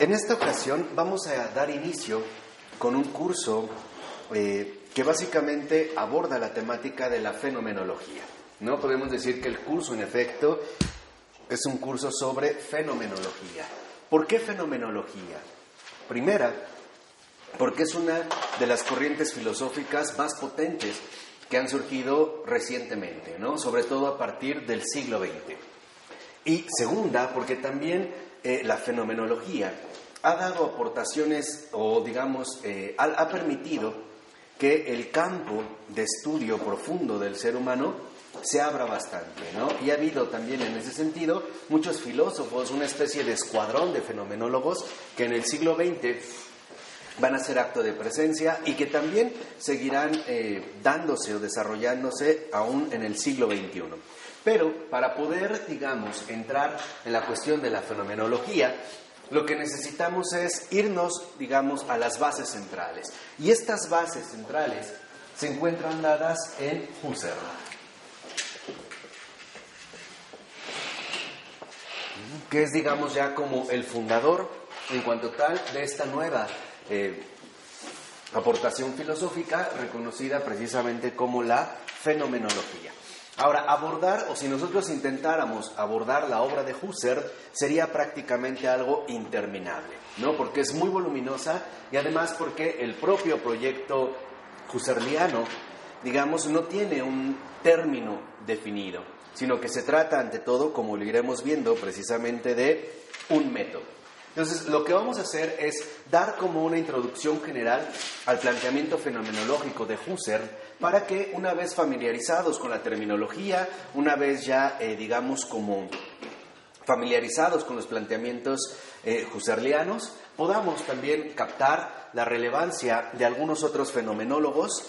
En esta ocasión vamos a dar inicio con un curso que básicamente aborda la temática de la fenomenología. No podemos decir que el curso, en efecto, es un curso sobre fenomenología. ¿Por qué fenomenología? Primera, porque es una de las corrientes filosóficas más potentes que han surgido recientemente, ¿no? Sobre todo a partir del siglo XX. Y segunda, porque también la fenomenología ha dado aportaciones o, digamos, ha permitido que el campo de estudio profundo del ser humano se abra bastante, ¿no? Y ha habido también en ese sentido muchos filósofos, una especie de escuadrón de fenomenólogos que en el siglo XX van a ser acto de presencia y que también seguirán dándose o desarrollándose aún en el siglo XXI. Pero para poder, digamos, entrar en la cuestión de la fenomenología, lo que necesitamos es irnos, digamos, a las bases centrales. Y estas bases centrales se encuentran dadas en Husserl, que es, digamos, ya como el fundador, en cuanto tal, de esta nueva aportación filosófica reconocida precisamente como la fenomenología. Ahora, abordar, o si nosotros intentáramos abordar la obra de Husserl, sería prácticamente algo interminable, ¿no? Porque es muy voluminosa y además porque el propio proyecto husserliano, digamos, no tiene un término definido, sino que se trata, ante todo, como lo iremos viendo, precisamente de un método. Entonces, lo que vamos a hacer es dar como una introducción general al planteamiento fenomenológico de Husserl para que, una vez familiarizados con la terminología, una vez ya, digamos, como familiarizados con los planteamientos husserlianos, podamos también captar la relevancia de algunos otros fenomenólogos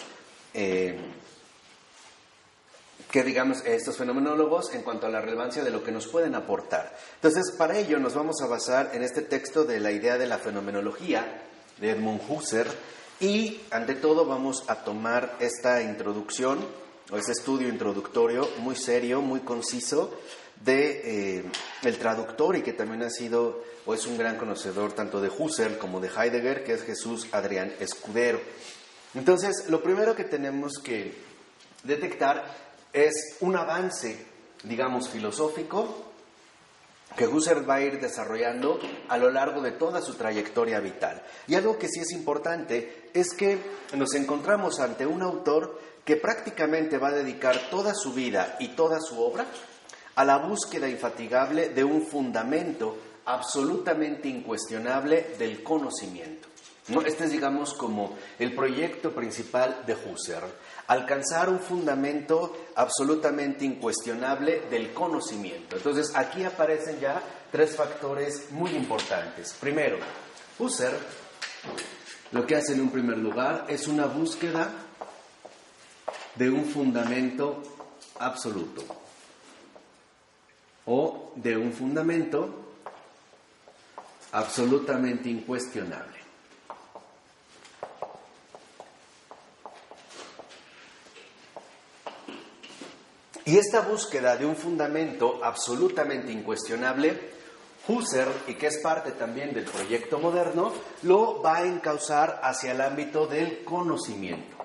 que, digamos, estos fenomenólogos en cuanto a la relevancia de lo que nos pueden aportar. Entonces, para ello nos vamos a basar en este texto de la idea de la fenomenología de Edmund Husserl y, ante todo, vamos a tomar esta introducción o este estudio introductorio muy serio, muy conciso de el traductor y que también ha sido o es un gran conocedor tanto de Husserl como de Heidegger, que es Jesús Adrián Escudero. Entonces, lo primero que tenemos que detectar es un avance, digamos, filosófico que Husserl va a ir desarrollando a lo largo de toda su trayectoria vital. Y algo que sí es importante es que nos encontramos ante un autor que prácticamente va a dedicar toda su vida y toda su obra a la búsqueda infatigable de un fundamento absolutamente incuestionable del conocimiento, ¿no? Este es, digamos, como el proyecto principal de Husserl. Alcanzar un fundamento absolutamente incuestionable del conocimiento. Entonces, aquí aparecen ya tres factores muy importantes. Primero, Husserl lo que hace en un primer lugar es una búsqueda de un fundamento absoluto o de un fundamento absolutamente incuestionable. Y esta búsqueda de un fundamento absolutamente incuestionable, Husserl, y que es parte también del proyecto moderno, lo va a encauzar hacia el ámbito del conocimiento.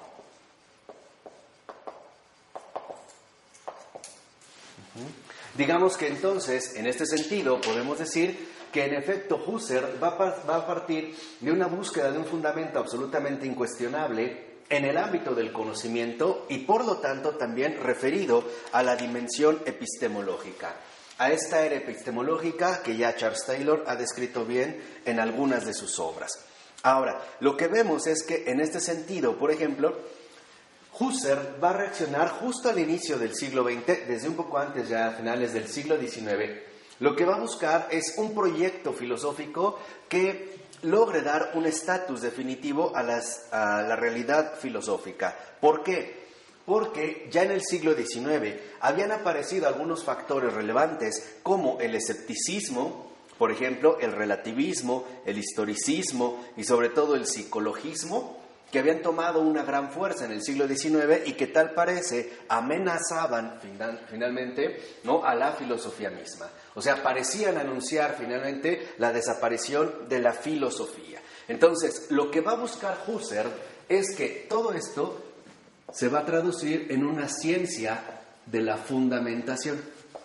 Digamos que entonces, en este sentido, podemos decir que en efecto Husserl va a partir de una búsqueda de un fundamento absolutamente incuestionable en el ámbito del conocimiento y por lo tanto también referido a la dimensión epistemológica, a esta era epistemológica que ya Charles Taylor ha descrito bien en algunas de sus obras. Ahora, lo que vemos es que en este sentido, por ejemplo, Husserl va a reaccionar justo al inicio del siglo XX, desde un poco antes, ya a finales del siglo XIX. Lo que va a buscar es un proyecto filosófico que logre dar un estatus definitivo a la realidad filosófica. ¿Por qué? Porque ya en el siglo XIX habían aparecido algunos factores relevantes como el escepticismo, por ejemplo, el relativismo, el historicismo y sobre todo el psicologismo, que habían tomado una gran fuerza en el siglo XIX y que tal parece amenazaban finalmente, ¿no?, a la filosofía misma. O sea, parecían anunciar finalmente la desaparición de la filosofía. Entonces, lo que va a buscar Husserl es que todo esto se va a traducir en una ciencia de la fundamentación.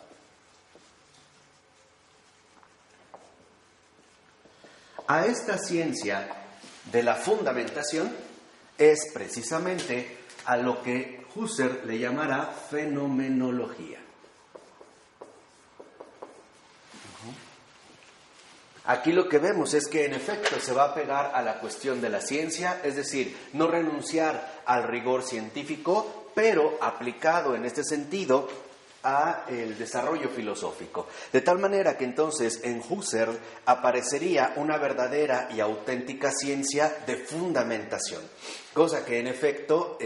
A esta ciencia de la fundamentación es precisamente a lo que Husserl le llamará fenomenología. Aquí lo que vemos es que en efecto se va a pegar a la cuestión de la ciencia, es decir, no renunciar al rigor científico, pero aplicado en este sentido a el desarrollo filosófico. De tal manera que entonces en Husserl aparecería una verdadera y auténtica ciencia de fundamentación, cosa que en efecto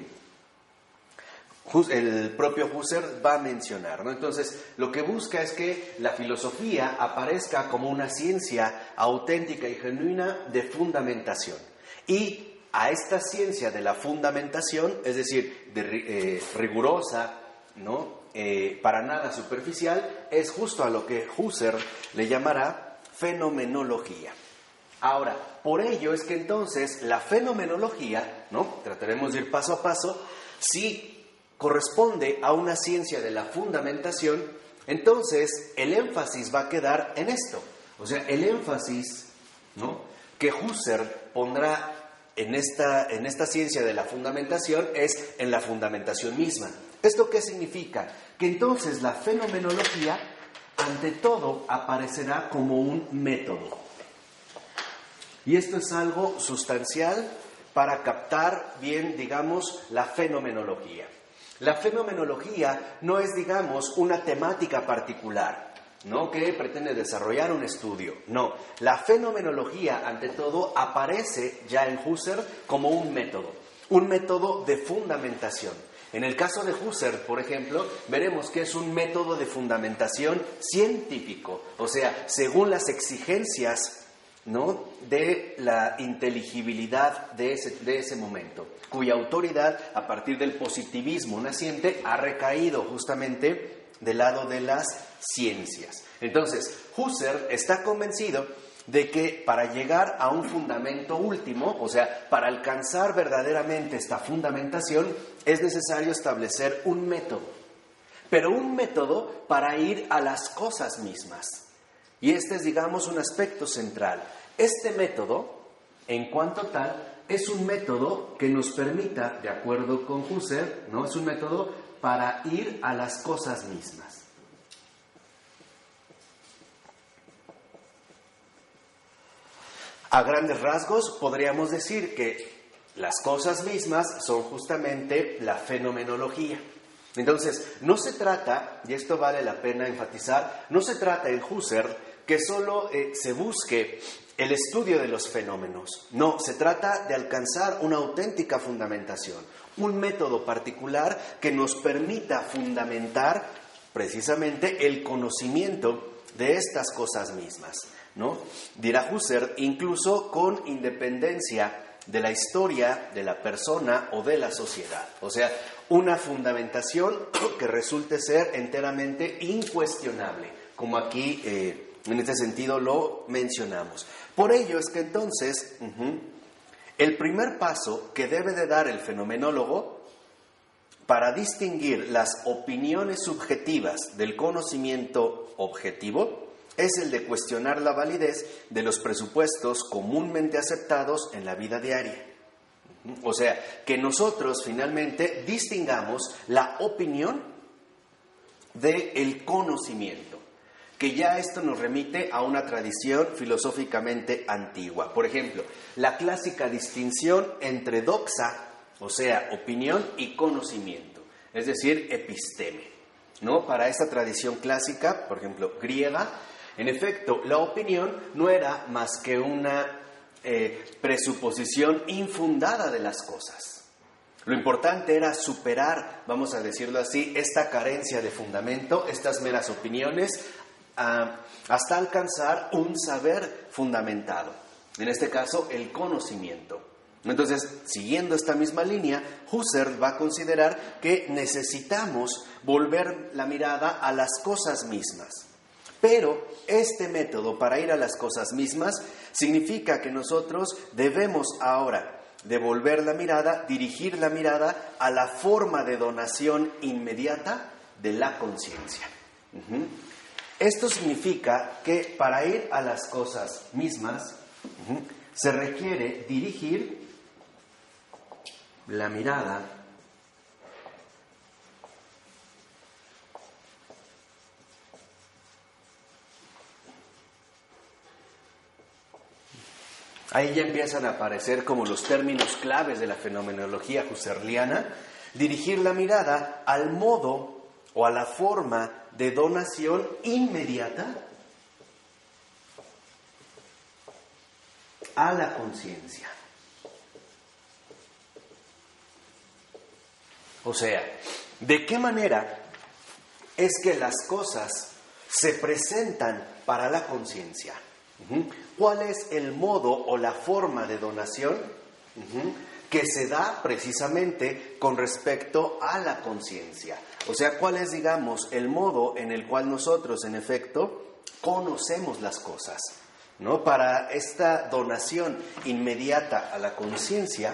el propio Husserl va a mencionar, ¿no? Entonces, lo que busca es que la filosofía aparezca como una ciencia auténtica y genuina de fundamentación. Y a esta ciencia de la fundamentación, es decir, rigurosa, ¿no?, para nada superficial, es justo a lo que Husserl le llamará fenomenología. Ahora, por ello es que entonces la fenomenología, ¿no?, trataremos de ir paso a paso, si corresponde a una ciencia de la fundamentación, entonces el énfasis va a quedar en esto. O sea, el énfasis, ¿no?, que Husserl pondrá en esta ciencia de la fundamentación es en la fundamentación misma. ¿Esto qué significa? Que entonces la fenomenología, ante todo, aparecerá como un método. Y esto es algo sustancial para captar bien, digamos, la fenomenología. La fenomenología no es, digamos, una temática particular, ¿no?, que pretende desarrollar un estudio. No, la fenomenología, ante todo, aparece ya en Husserl como un método de fundamentación. En el caso de Husserl, por ejemplo, veremos que es un método de fundamentación científico, o sea, según las exigencias, ¿no?, de la inteligibilidad de ese momento, cuya autoridad, a partir del positivismo naciente, ha recaído justamente del lado de las ciencias. Entonces, Husserl está convencido de que para llegar a un fundamento último, o sea, para alcanzar verdaderamente esta fundamentación, es necesario establecer un método, pero un método para ir a las cosas mismas. Y este es, digamos, un aspecto central. Este método, en cuanto tal, es un método que nos permita, de acuerdo con Husserl, ¿no?, es un método para ir a las cosas mismas. A grandes rasgos, podríamos decir que las cosas mismas son justamente la fenomenología. Entonces, no se trata, y esto vale la pena enfatizar, no se trata en Husserl que solo se busque el estudio de los fenómenos. No, se trata de alcanzar una auténtica fundamentación, un método particular que nos permita fundamentar precisamente el conocimiento de estas cosas mismas, ¿no? Dirá Husserl, incluso con independencia de la historia, de la persona o de la sociedad. O sea, una fundamentación que resulte ser enteramente incuestionable, como aquí en este sentido lo mencionamos. Por ello es que entonces el primer paso que debe de dar el fenomenólogo para distinguir las opiniones subjetivas del conocimiento objetivo es el de cuestionar la validez de los presupuestos comúnmente aceptados en la vida diaria. O sea, que nosotros finalmente distingamos la opinión del conocimiento, que ya esto nos remite a una tradición filosóficamente antigua. Por ejemplo, la clásica distinción entre doxa, o sea, opinión, y conocimiento, es decir, episteme, ¿no? Para esta tradición clásica, por ejemplo, griega, en efecto, la opinión no era más que una presuposición infundada de las cosas. Lo importante era superar, vamos a decirlo así, esta carencia de fundamento, estas meras opiniones, hasta alcanzar un saber fundamentado. En este caso, el conocimiento. Entonces, siguiendo esta misma línea, Husserl va a considerar que necesitamos volver la mirada a las cosas mismas. Pero este método para ir a las cosas mismas significa que nosotros debemos ahora devolver la mirada, dirigir la mirada a la forma de donación inmediata de la conciencia. Esto significa que para ir a las cosas mismas se requiere dirigir la mirada ahí ya empiezan a aparecer como los términos claves de la fenomenología husserliana, dirigir la mirada al modo o a la forma de donación inmediata a la conciencia. O sea, ¿de qué manera es que las cosas se presentan para la conciencia? ¿Cuál es el modo o la forma de donación que se da precisamente con respecto a la conciencia? O sea, ¿cuál es, digamos, el modo en el cual nosotros, en efecto, conocemos las cosas? ¿No? Para esta donación inmediata a la conciencia,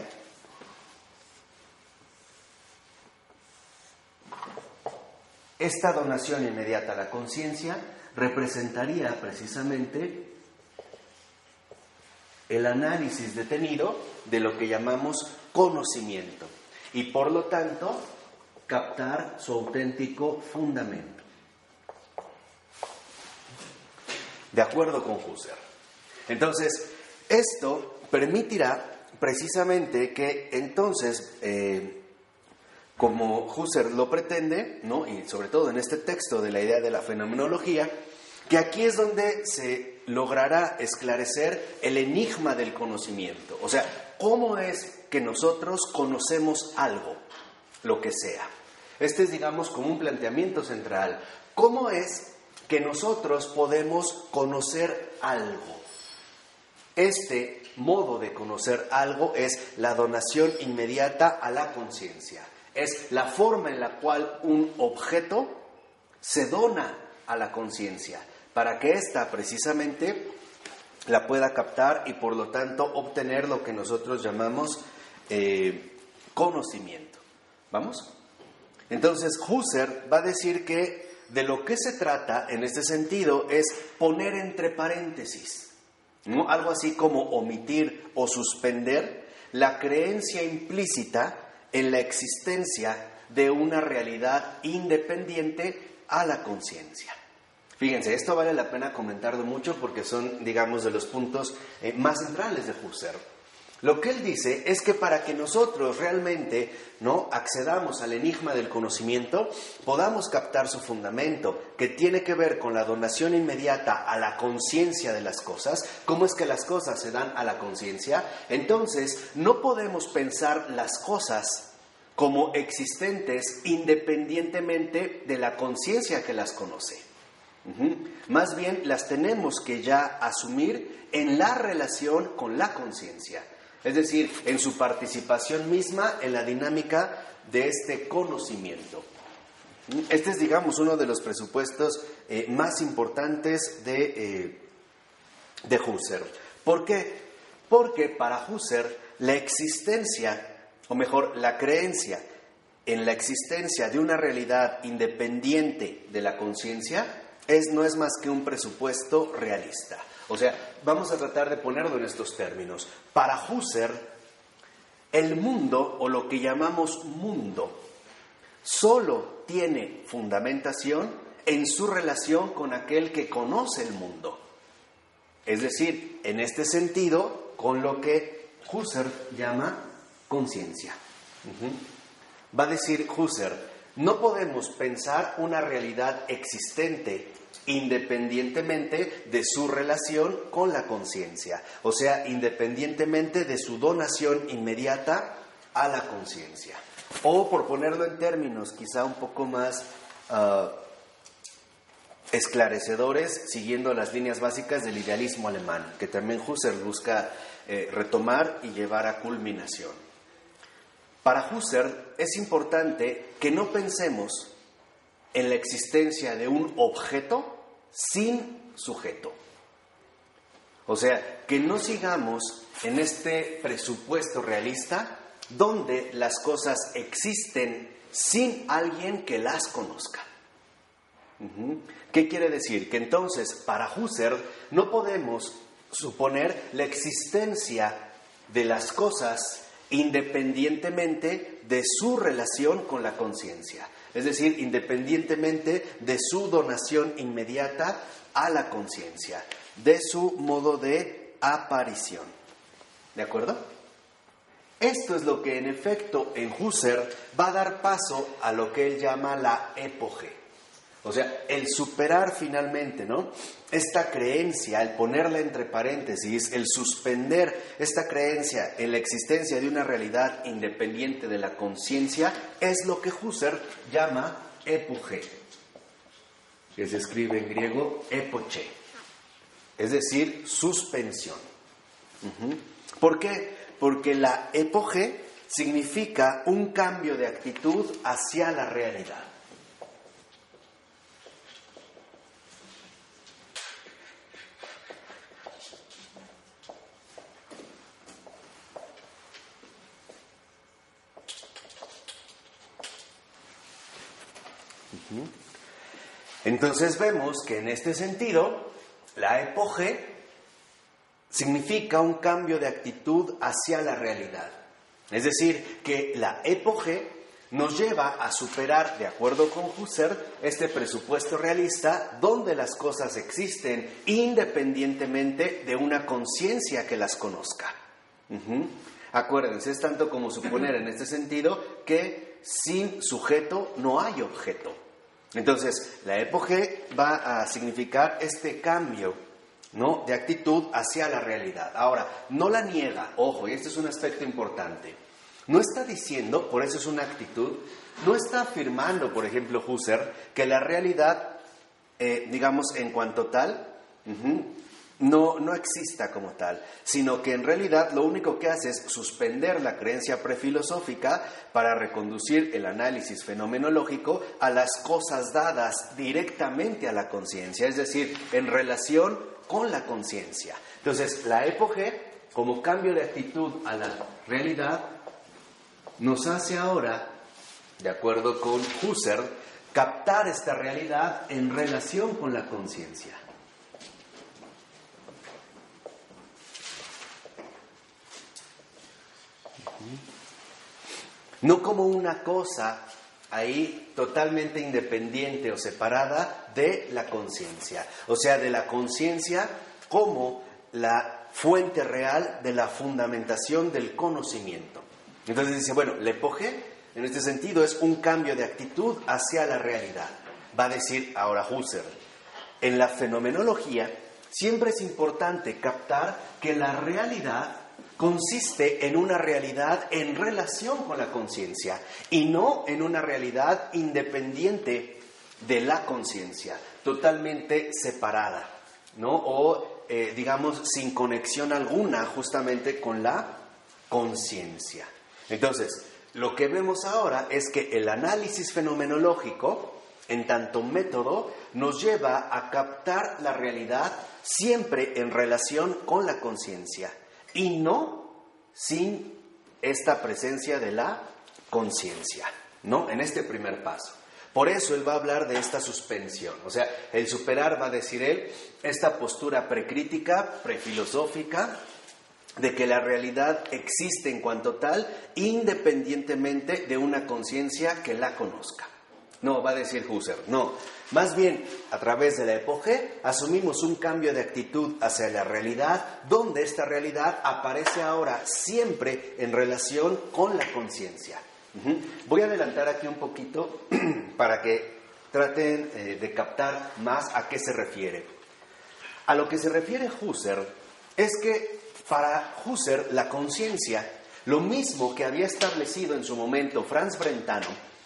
esta donación inmediata a la conciencia representaría precisamente el análisis detenido de lo que llamamos conocimiento y, por lo tanto, captar su auténtico fundamento. De acuerdo con Husserl. Entonces, esto permitirá precisamente que entonces, como Husserl lo pretende, ¿no? Y sobre todo en este texto de la idea de la fenomenología, que aquí es donde se logrará esclarecer el enigma del conocimiento. O sea, ¿cómo es que nosotros conocemos algo, lo que sea? Este es, digamos, como un planteamiento central. ¿Cómo es que nosotros podemos conocer algo? Este modo de conocer algo es la donación inmediata a la conciencia. Es la forma en la cual un objeto se dona a la conciencia, para que ésta precisamente la pueda captar y por lo tanto obtener lo que nosotros llamamos conocimiento. ¿Vamos? Entonces Husserl va a decir que de lo que se trata en este sentido es poner entre paréntesis, ¿no? Algo así como omitir o suspender la creencia implícita en la existencia de una realidad independiente a la conciencia. Fíjense, esto vale la pena comentarlo mucho porque son, digamos, de los puntos más centrales de Husserl. Lo que él dice es que para que nosotros realmente no accedamos al enigma del conocimiento, podamos captar su fundamento, que tiene que ver con la donación inmediata a la conciencia de las cosas. ¿Cómo es que las cosas se dan a la conciencia? Entonces, no podemos pensar las cosas como existentes independientemente de la conciencia que las conoce. Más bien las tenemos que ya asumir en la relación con la conciencia, es decir, en su participación misma en la dinámica de este conocimiento. Este es, digamos, uno de los presupuestos más importantes de Husserl. ¿Por qué? Porque para Husserl la existencia, o mejor, la creencia en la existencia de una realidad independiente de la conciencia no es más que un presupuesto realista. O sea, vamos a tratar de ponerlo en estos términos. Para Husserl, el mundo, o lo que llamamos mundo, solo tiene fundamentación en su relación con aquel que conoce el mundo. Es decir, en este sentido, con lo que Husserl llama conciencia. Va a decir Husserl, no podemos pensar una realidad existente independientemente de su relación con la conciencia, o sea, independientemente de su donación inmediata a la conciencia. O, por ponerlo en términos quizá un poco más esclarecedores siguiendo las líneas básicas del idealismo alemán, que también Husserl busca retomar y llevar a culminación. Para Husserl es importante que no pensemos en la existencia de un objeto sin sujeto. O sea, que no sigamos en este presupuesto realista donde las cosas existen sin alguien que las conozca. ¿Qué quiere decir? Que entonces, para Husserl, no podemos suponer la existencia de las cosas independientemente de su relación con la conciencia. Es decir, independientemente de su donación inmediata a la conciencia, de su modo de aparición. ¿De acuerdo? Esto es lo que en efecto en Husserl va a dar paso a lo que él llama la epoge. O sea, el superar finalmente, ¿no?, esta creencia, el ponerla entre paréntesis, el suspender esta creencia en la existencia de una realidad independiente de la conciencia, es lo que Husserl llama epoge, que se escribe en griego epoche, es decir, suspensión. ¿Por qué? Porque la epoge significa un cambio de actitud hacia la realidad. Entonces vemos que en este sentido, la epoge significa un cambio de actitud hacia la realidad. Es decir, que la epoge nos lleva a superar, de acuerdo con Husserl, este presupuesto realista donde las cosas existen independientemente de una conciencia que las conozca. Acuérdense, es tanto como suponer en este sentido que sin sujeto no hay objeto. Entonces, la epoge va a significar este cambio, ¿no?, de actitud hacia la realidad. Ahora, no la niega, ojo, y este es un aspecto importante. No está diciendo, por eso es una actitud, no está afirmando, por ejemplo, Husserl, que la realidad, digamos, en cuanto tal, no exista como tal, sino que en realidad lo único que hace es suspender la creencia prefilosófica para reconducir el análisis fenomenológico a las cosas dadas directamente a la conciencia, es decir, en relación con la conciencia. Entonces, la epoge, como cambio de actitud a la realidad, nos hace ahora, de acuerdo con Husserl, captar esta realidad en relación con la conciencia. No como una cosa ahí totalmente independiente o separada de la conciencia. O sea, de la conciencia como la fuente real de la fundamentación del conocimiento. Entonces dice, bueno, la epoge, en este sentido, es un cambio de actitud hacia la realidad. Va a decir ahora Husserl, en la fenomenología siempre es importante captar que la realidad consiste en una realidad en relación con la conciencia y no en una realidad independiente de la conciencia, totalmente separada, ¿no? O, digamos, sin conexión alguna justamente con la conciencia. Entonces, lo que vemos ahora es que el análisis fenomenológico, en tanto método, nos lleva a captar la realidad siempre en relación con la conciencia y no sin esta presencia de la conciencia, ¿no? En este primer paso. Por eso él va a hablar de esta suspensión. O sea, el superar, va a decir él, esta postura precrítica, prefilosófica, de que la realidad existe en cuanto tal, independientemente de una conciencia que la conozca. No, va a decir Husserl, no. Más bien, a través de la epoge, asumimos un cambio de actitud hacia la realidad, donde esta realidad aparece ahora siempre en relación con la conciencia. Voy a adelantar aquí un poquito para que traten de captar más a qué se refiere. A lo que se refiere Husserl es que para Husserl la conciencia, lo mismo que había establecido en su momento Franz Brentano,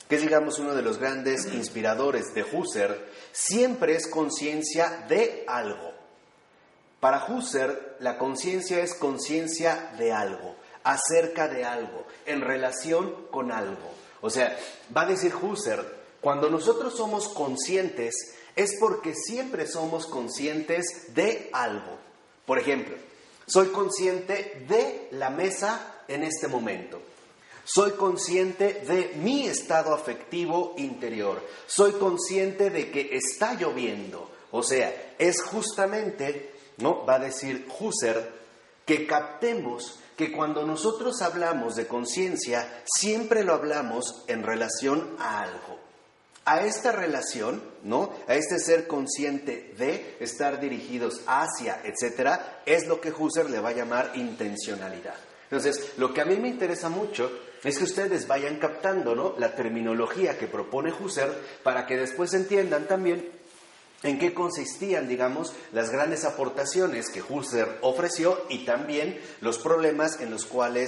que es, digamos, uno de los grandes inspiradores de Husserl, siempre es conciencia de algo. Para Husserl, la conciencia es conciencia de algo, acerca de algo, en relación con algo. O sea, va a decir Husserl, cuando nosotros somos conscientes, es porque siempre somos conscientes de algo. Por ejemplo, soy consciente de la mesa en este momento. Soy consciente de mi estado afectivo interior. Soy consciente de que está lloviendo. O sea, es justamente, ¿no?, va a decir Husserl, que captemos que cuando nosotros hablamos de conciencia, siempre lo hablamos en relación a algo. A esta relación, ¿no?, a este ser consciente de, estar dirigidos hacia, etcétera, es lo que Husserl le va a llamar intencionalidad. Entonces, lo que a mí me interesa mucho es que ustedes vayan captando, ¿no?, la terminología que propone Husserl para que después entiendan también en qué consistían, digamos, las grandes aportaciones que Husserl ofreció y también los problemas en los cuales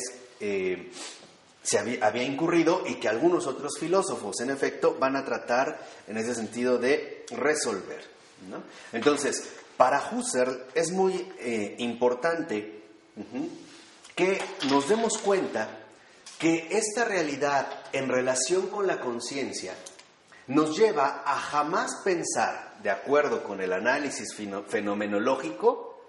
se había incurrido y que algunos otros filósofos, en efecto, van a tratar en ese sentido de resolver, ¿no? Entonces, para Husserl es muy importante que nos demos cuenta que esta realidad en relación con la conciencia nos lleva a jamás pensar, de acuerdo con el análisis fenomenológico,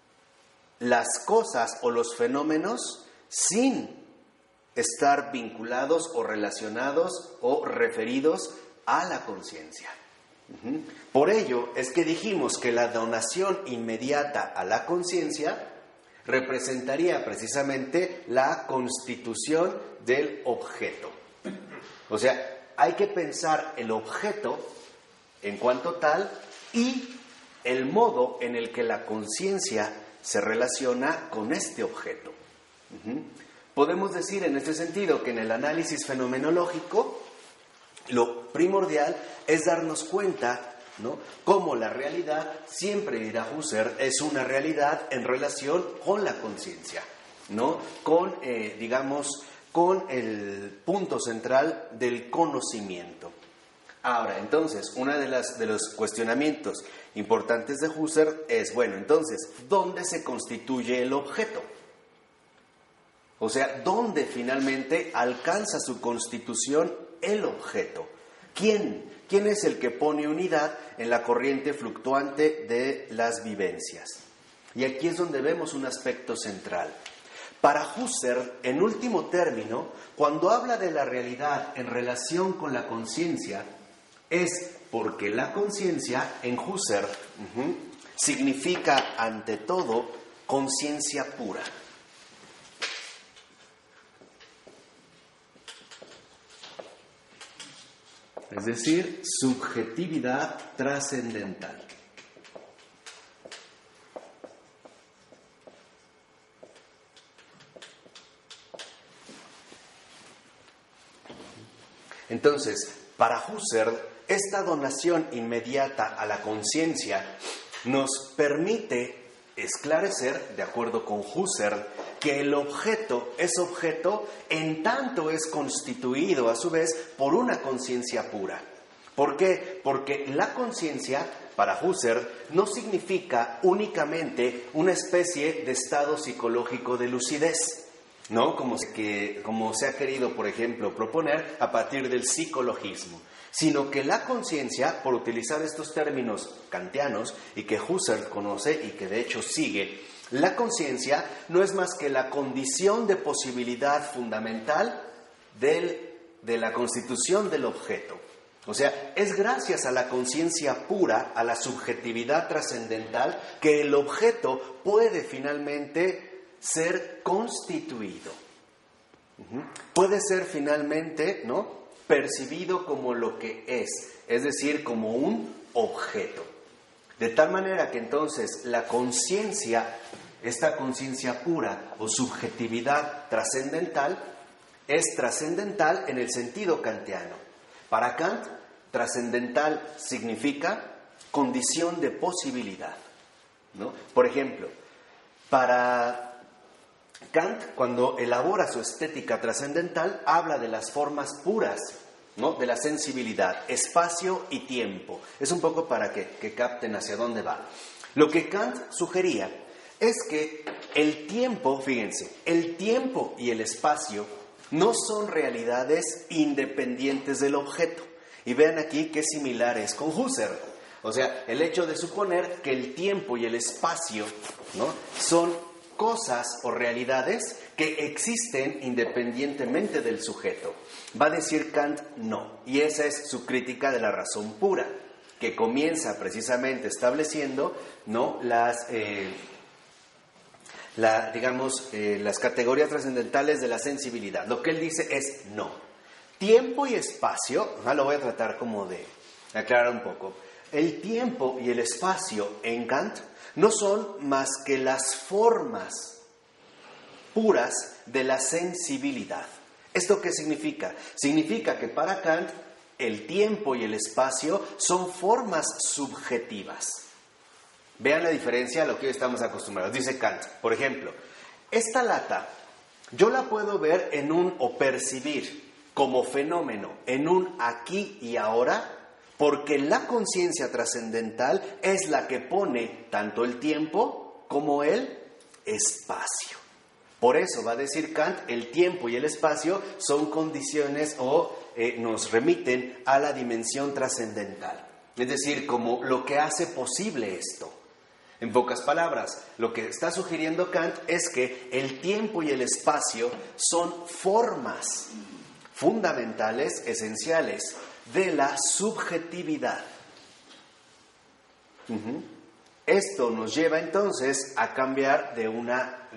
las cosas o los fenómenos sin estar vinculados o relacionados o referidos a la conciencia. Por ello es que dijimos que la donación inmediata a la conciencia representaría precisamente la constitución del objeto. O sea, hay que pensar el objeto en cuanto tal y el modo en el que la conciencia se relaciona con este objeto. Podemos decir en este sentido que en el análisis fenomenológico lo primordial es darnos cuenta, ¿no?, cómo la realidad, siempre dirá Husserl, es una realidad en relación con la conciencia, ¿no?, con, digamos, con el punto central del conocimiento. Ahora, entonces, uno de los cuestionamientos importantes de Husserl es, bueno, entonces, ¿dónde se constituye el objeto? O sea, ¿dónde finalmente alcanza su constitución el objeto? ¿Quién es el que pone unidad en la corriente fluctuante de las vivencias? Y aquí es donde vemos un aspecto central. Para Husserl, en último término, cuando habla de la realidad en relación con la conciencia, es porque la conciencia en Husserl significa ante todo conciencia pura. Es decir, subjetividad trascendental. Entonces, para Husserl, esta donación inmediata a la conciencia nos permite esclarecer, de acuerdo con Husserl, que el objeto es objeto en tanto es constituido a su vez por una conciencia pura. ¿Por qué? Porque la conciencia, para Husserl, no significa únicamente una especie de estado psicológico de lucidez, ¿no? Como se ha querido, por ejemplo, proponer a partir del psicologismo, sino que la conciencia, por utilizar estos términos kantianos y que Husserl conoce y que de hecho sigue, la conciencia no es más que la condición de posibilidad fundamental de la constitución del objeto. O sea, es gracias a la conciencia pura, a la subjetividad trascendental, que el objeto puede finalmente ser constituido. Puede ser finalmente, ¿no?, percibido como lo que es decir, como un objeto. De tal manera que entonces la conciencia, esta conciencia pura o subjetividad trascendental, es trascendental en el sentido kantiano. Para Kant, trascendental significa condición de posibilidad, ¿no? Por ejemplo, para Kant, cuando elabora su estética trascendental, habla de las formas puras ¿no? De la sensibilidad, espacio y tiempo. Es un poco para que capten hacia dónde va. Lo que Kant sugería es que el tiempo, fíjense, el tiempo y el espacio no son realidades independientes del objeto. Y vean aquí qué similar es con Husserl. O sea, el hecho de suponer que el tiempo y el espacio, ¿no? son cosas o realidades que existen independientemente del sujeto. Va a decir Kant no. Y esa es su crítica de la razón pura, que comienza precisamente estableciendo, ¿no? las categorías trascendentales de la sensibilidad. Lo que él dice es no. Tiempo y espacio, lo voy a tratar como de aclarar un poco. El tiempo y el espacio en Kant no son más que las formas puras de la sensibilidad. ¿Esto qué significa? Significa que para Kant el tiempo y el espacio son formas subjetivas. Vean la diferencia a lo que hoy estamos acostumbrados. Dice Kant, por ejemplo, esta lata yo la puedo ver o percibir como fenómeno en un aquí y ahora, porque la conciencia trascendental es la que pone tanto el tiempo como el espacio. Por eso va a decir Kant, el tiempo y el espacio son condiciones nos remiten a la dimensión trascendental. Es decir, como lo que hace posible esto. En pocas palabras, lo que está sugiriendo Kant es que el tiempo y el espacio son formas fundamentales, esenciales, de la subjetividad. Esto nos lleva entonces a cambiar de una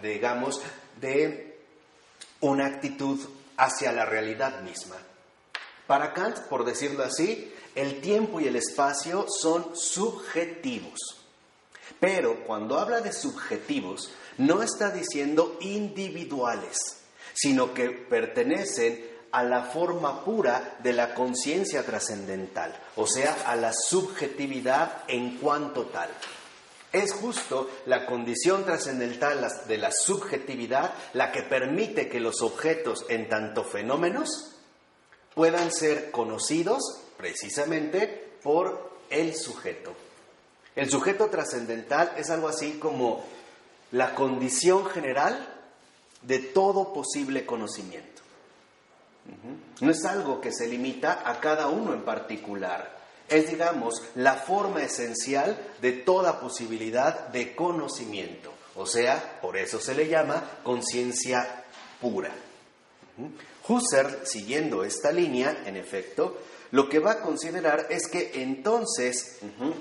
actitud hacia la realidad misma. Para Kant, por decirlo así, el tiempo y el espacio son subjetivos. Pero cuando habla de subjetivos, no está diciendo individuales, sino que pertenecen a la forma pura de la conciencia trascendental, o sea, a la subjetividad en cuanto tal. Es justo la condición trascendental de la subjetividad la que permite que los objetos, en tanto fenómenos, puedan ser conocidos precisamente por el sujeto. El sujeto trascendental es algo así como la condición general de todo posible conocimiento. No es algo que se limita a cada uno en particular. Es, digamos, la forma esencial de toda posibilidad de conocimiento. O sea, por eso se le llama conciencia pura. Husserl, siguiendo esta línea, en efecto, lo que va a considerar es que entonces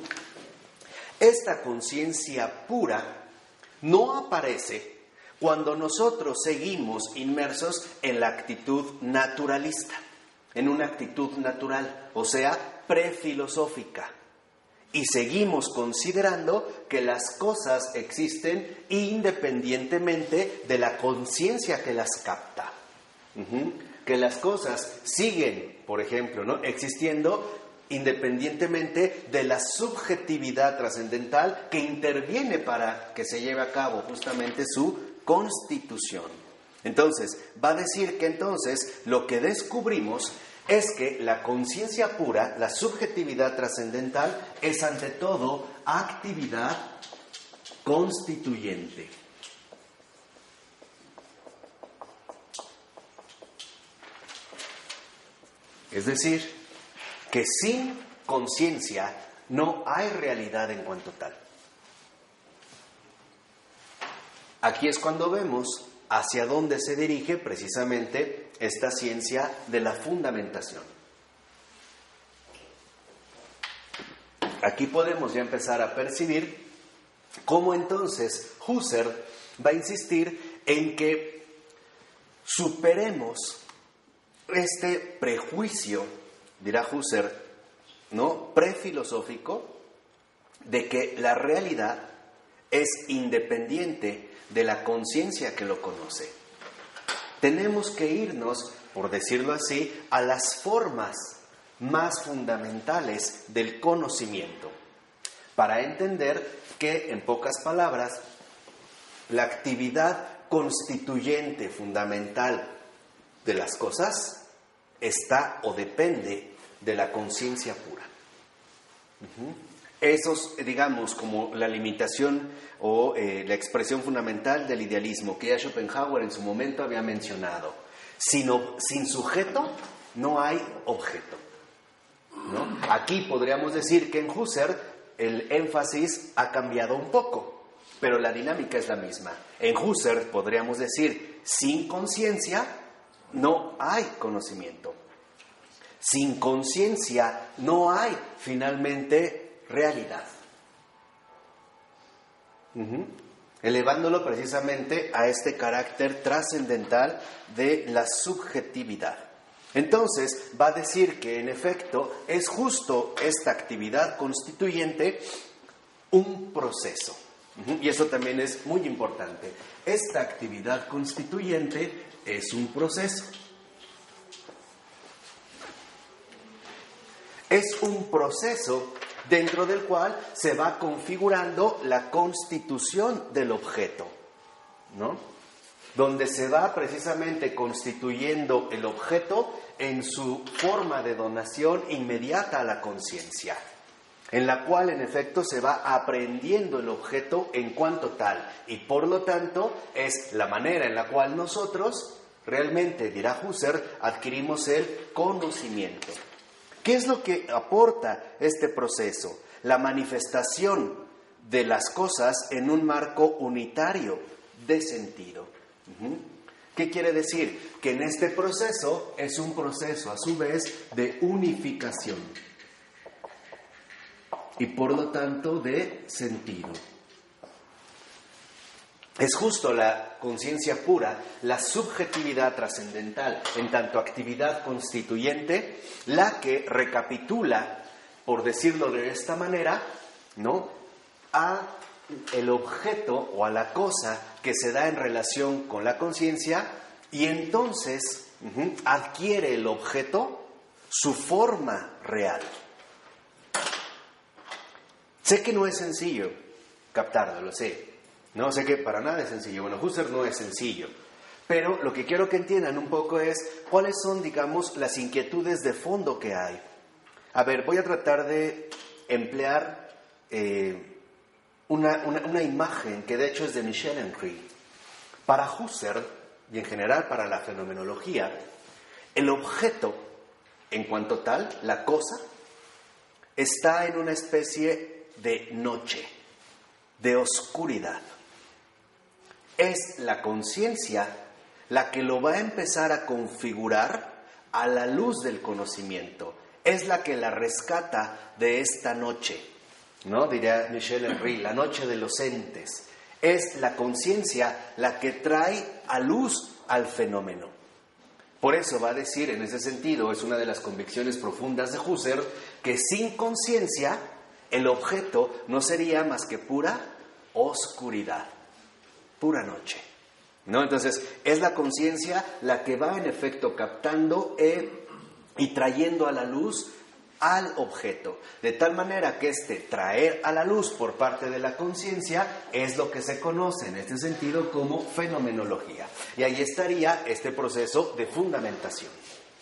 esta conciencia pura no aparece cuando nosotros seguimos inmersos en la actitud naturalista, en una actitud natural, o sea, prefilosófica, y seguimos considerando que las cosas existen independientemente de la conciencia que las capta. Que las cosas siguen, por ejemplo, ¿no? existiendo independientemente de la subjetividad trascendental que interviene para que se lleve a cabo justamente su constitución. Entonces, va a decir que entonces lo que descubrimos es que la conciencia pura, la subjetividad trascendental, es ante todo actividad constituyente. Es decir, que sin conciencia no hay realidad en cuanto tal. Aquí es cuando vemos hacia dónde se dirige precisamente esta ciencia de la fundamentación. Aquí podemos ya empezar a percibir cómo entonces Husserl va a insistir en que superemos este prejuicio, dirá Husserl, ¿no? prefilosófico, de que la realidad es independiente de la conciencia que lo conoce. Tenemos que irnos, por decirlo así, a las formas más fundamentales del conocimiento, para entender que, en pocas palabras, la actividad constituyente fundamental de las cosas está o depende de la conciencia pura. Eso es, digamos, como la limitación o la expresión fundamental del idealismo que ya Schopenhauer en su momento había mencionado. Sin sujeto no hay objeto, ¿no? Aquí podríamos decir que en Husserl el énfasis ha cambiado un poco, pero la dinámica es la misma. En Husserl podríamos decir, sin conciencia no hay conocimiento. Sin conciencia no hay finalmente realidad. Elevándolo precisamente a este carácter trascendental de la subjetividad. Entonces va a decir que en efecto es justo esta actividad constituyente un proceso. Y eso también es muy importante. Esta actividad constituyente es un proceso. Es un proceso dentro del cual se va configurando la constitución del objeto, ¿no? Donde se va precisamente constituyendo el objeto en su forma de donación inmediata a la conciencia, en la cual en efecto se va aprendiendo el objeto en cuanto tal, y por lo tanto es la manera en la cual nosotros realmente, dirá Husserl, adquirimos el conocimiento. ¿Qué es lo que aporta este proceso? La manifestación de las cosas en un marco unitario de sentido. ¿Qué quiere decir? Que en este proceso es un proceso a su vez de unificación y por lo tanto de sentido. Es justo la conciencia pura, la subjetividad trascendental, en tanto actividad constituyente, la que recapitula, por decirlo de esta manera, ¿no?, a el objeto o a la cosa que se da en relación con la conciencia, y entonces adquiere el objeto su forma real. Sé que no es sencillo captarlo, lo sé. No sé que para nada es sencillo. Bueno, Husserl no es sencillo. Pero lo que quiero que entiendan un poco es cuáles son, digamos, las inquietudes de fondo que hay. A ver, voy a tratar de emplear una imagen que de hecho es de Michel Henry. Para Husserl, y en general para la fenomenología, el objeto, en cuanto tal, la cosa, está en una especie de noche, de oscuridad. Es la conciencia la que lo va a empezar a configurar a la luz del conocimiento. Es la que la rescata de esta noche, ¿no? Diría Michel Henry, la noche de los entes. Es la conciencia la que trae a luz al fenómeno. Por eso va a decir, en ese sentido, es una de las convicciones profundas de Husserl, que sin conciencia el objeto no sería más que pura oscuridad, pura noche, ¿no? Entonces, es la conciencia la que va en efecto captando y trayendo a la luz al objeto, de tal manera que este traer a la luz por parte de la conciencia es lo que se conoce en este sentido como fenomenología. Y ahí estaría este proceso de fundamentación.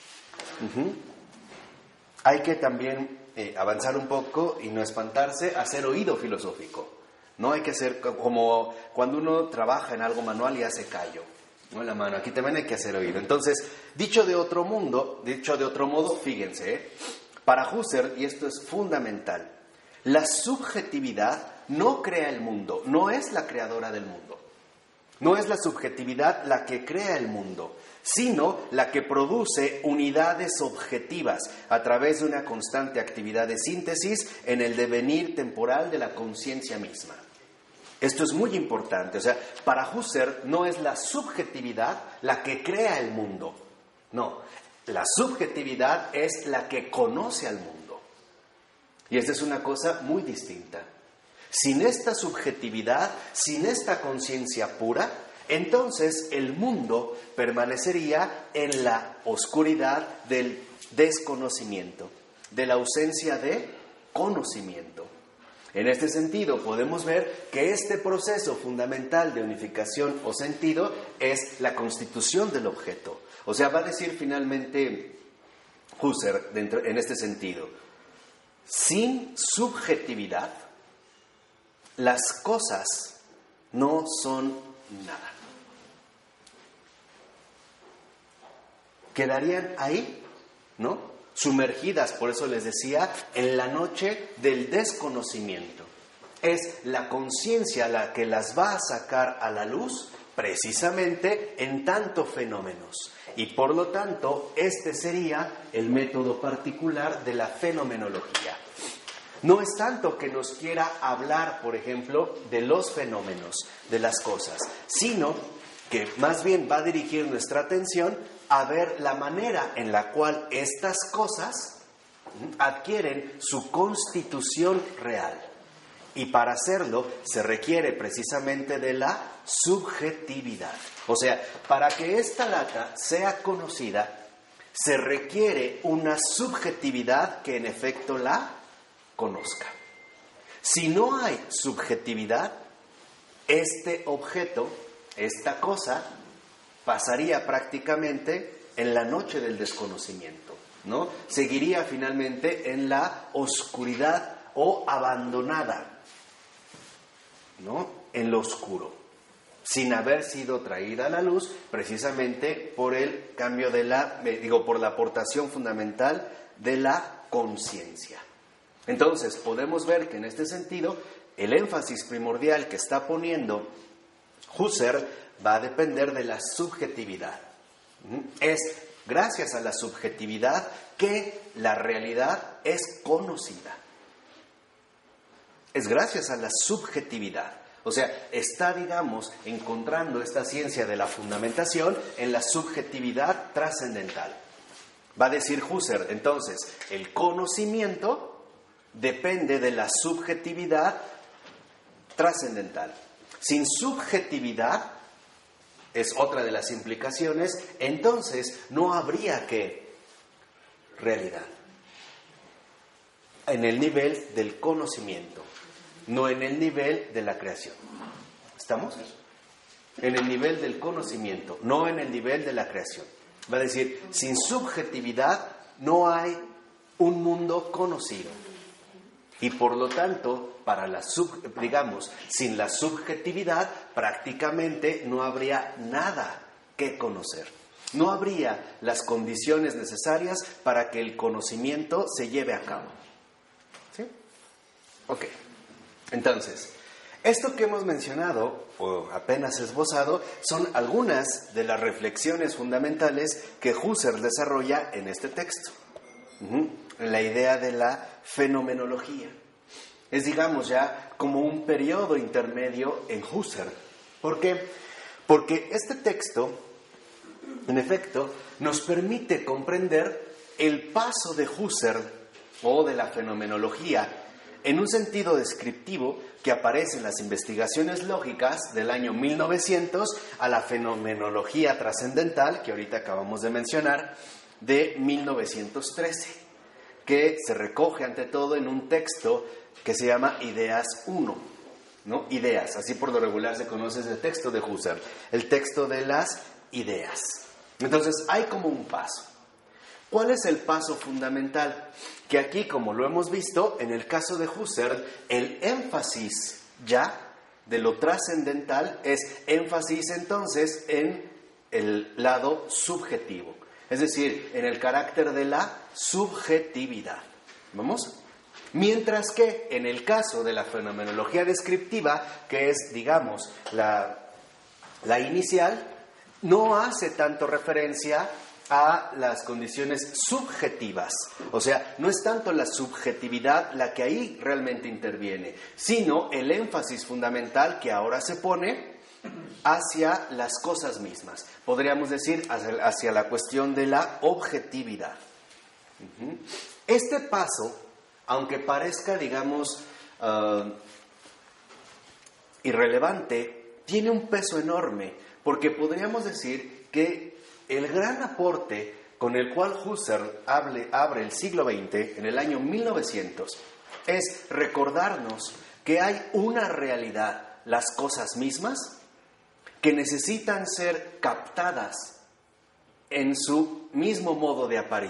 Hay que también avanzar un poco y no espantarse, hacer oído filosófico. No hay que hacer como cuando uno trabaja en algo manual y hace callo, ¿no? La mano, aquí también hay que hacer oído. Entonces, dicho de otro modo, fíjense, para Husserl, y esto es fundamental, la subjetividad no crea el mundo, no es la creadora del mundo. No es la subjetividad la que crea el mundo, sino la que produce unidades objetivas a través de una constante actividad de síntesis en el devenir temporal de la conciencia misma. Esto es muy importante. O sea, para Husserl no es la subjetividad la que crea el mundo. No, la subjetividad es la que conoce al mundo. Y esta es una cosa muy distinta. Sin esta subjetividad, sin esta conciencia pura, entonces el mundo permanecería en la oscuridad del desconocimiento, de la ausencia de conocimiento. En este sentido, podemos ver que este proceso fundamental de unificación o sentido es la constitución del objeto. O sea, va a decir finalmente Husserl en este sentido. Sin subjetividad, las cosas no son nada. Quedarían ahí, ¿no? Sumergidas, por eso les decía, en la noche del desconocimiento. Es la conciencia la que las va a sacar a la luz precisamente en tanto fenómenos. Y por lo tanto, este sería el método particular de la fenomenología. No es tanto que nos quiera hablar, por ejemplo, de los fenómenos, de las cosas, sino que más bien va a dirigir nuestra atención a ver la manera en la cual estas cosas adquieren su constitución real. Y para hacerlo se requiere precisamente de la subjetividad. O sea, para que esta lata sea conocida, se requiere una subjetividad que en efecto la conozca. Si no hay subjetividad, este objeto, esta cosa, pasaría prácticamente en la noche del desconocimiento, ¿no? Seguiría finalmente en la oscuridad o abandonada, ¿no? En lo oscuro, sin haber sido traída a la luz precisamente por el cambio por la aportación fundamental de la conciencia. Entonces, podemos ver que en este sentido, el énfasis primordial que está poniendo Husserl va a depender de la subjetividad. Es gracias a la subjetividad que la realidad es conocida. Es gracias a la subjetividad. O sea, está, digamos, encontrando esta ciencia de la fundamentación en la subjetividad trascendental. Va a decir Husserl, entonces, el conocimiento depende de la subjetividad trascendental. Sin subjetividad, es otra de las implicaciones, entonces no habría realidad en el nivel del conocimiento, no en el nivel de la creación. ¿Estamos? En el nivel del conocimiento, no en el nivel de la creación. Va a decir, sin subjetividad no hay un mundo conocido. Y por lo tanto, sin la subjetividad, prácticamente no habría nada que conocer. No habría las condiciones necesarias para que el conocimiento se lleve a cabo. ¿Sí? Ok. Entonces, esto que hemos mencionado, o apenas esbozado, son algunas de las reflexiones fundamentales que Husserl desarrolla en este texto. En la idea de la fenomenología. Es, digamos, ya como un periodo intermedio en Husserl. ¿Por qué? Porque este texto, en efecto, nos permite comprender el paso de Husserl o de la fenomenología en un sentido descriptivo que aparece en las investigaciones lógicas del año 1900 a la fenomenología trascendental, que ahorita acabamos de mencionar, de 1913, que se recoge ante todo en un texto que se llama Ideas 1, ¿no? Ideas, así por lo regular se conoce ese texto de Husserl, el texto de las ideas. Entonces hay como un paso. ¿Cuál es el paso fundamental? Que aquí, como lo hemos visto, en el caso de Husserl, el énfasis ya de lo trascendental es énfasis entonces en el lado subjetivo. Es decir, en el carácter de la subjetividad. ¿Vamos? Mientras que en el caso de la fenomenología descriptiva, que es, digamos, la inicial, no hace tanto referencia a las condiciones subjetivas. O sea, no es tanto la subjetividad la que ahí realmente interviene, sino el énfasis fundamental que ahora se pone hacia las cosas mismas. Podríamos decir hacia la cuestión de la objetividad. Este paso, aunque parezca, digamos, irrelevante, tiene un peso enorme, porque podríamos decir que el gran aporte con el cual Husserl abre el siglo XX, en el año 1900, es recordarnos que hay una realidad, las cosas mismas, que necesitan ser captadas en su mismo modo de aparición.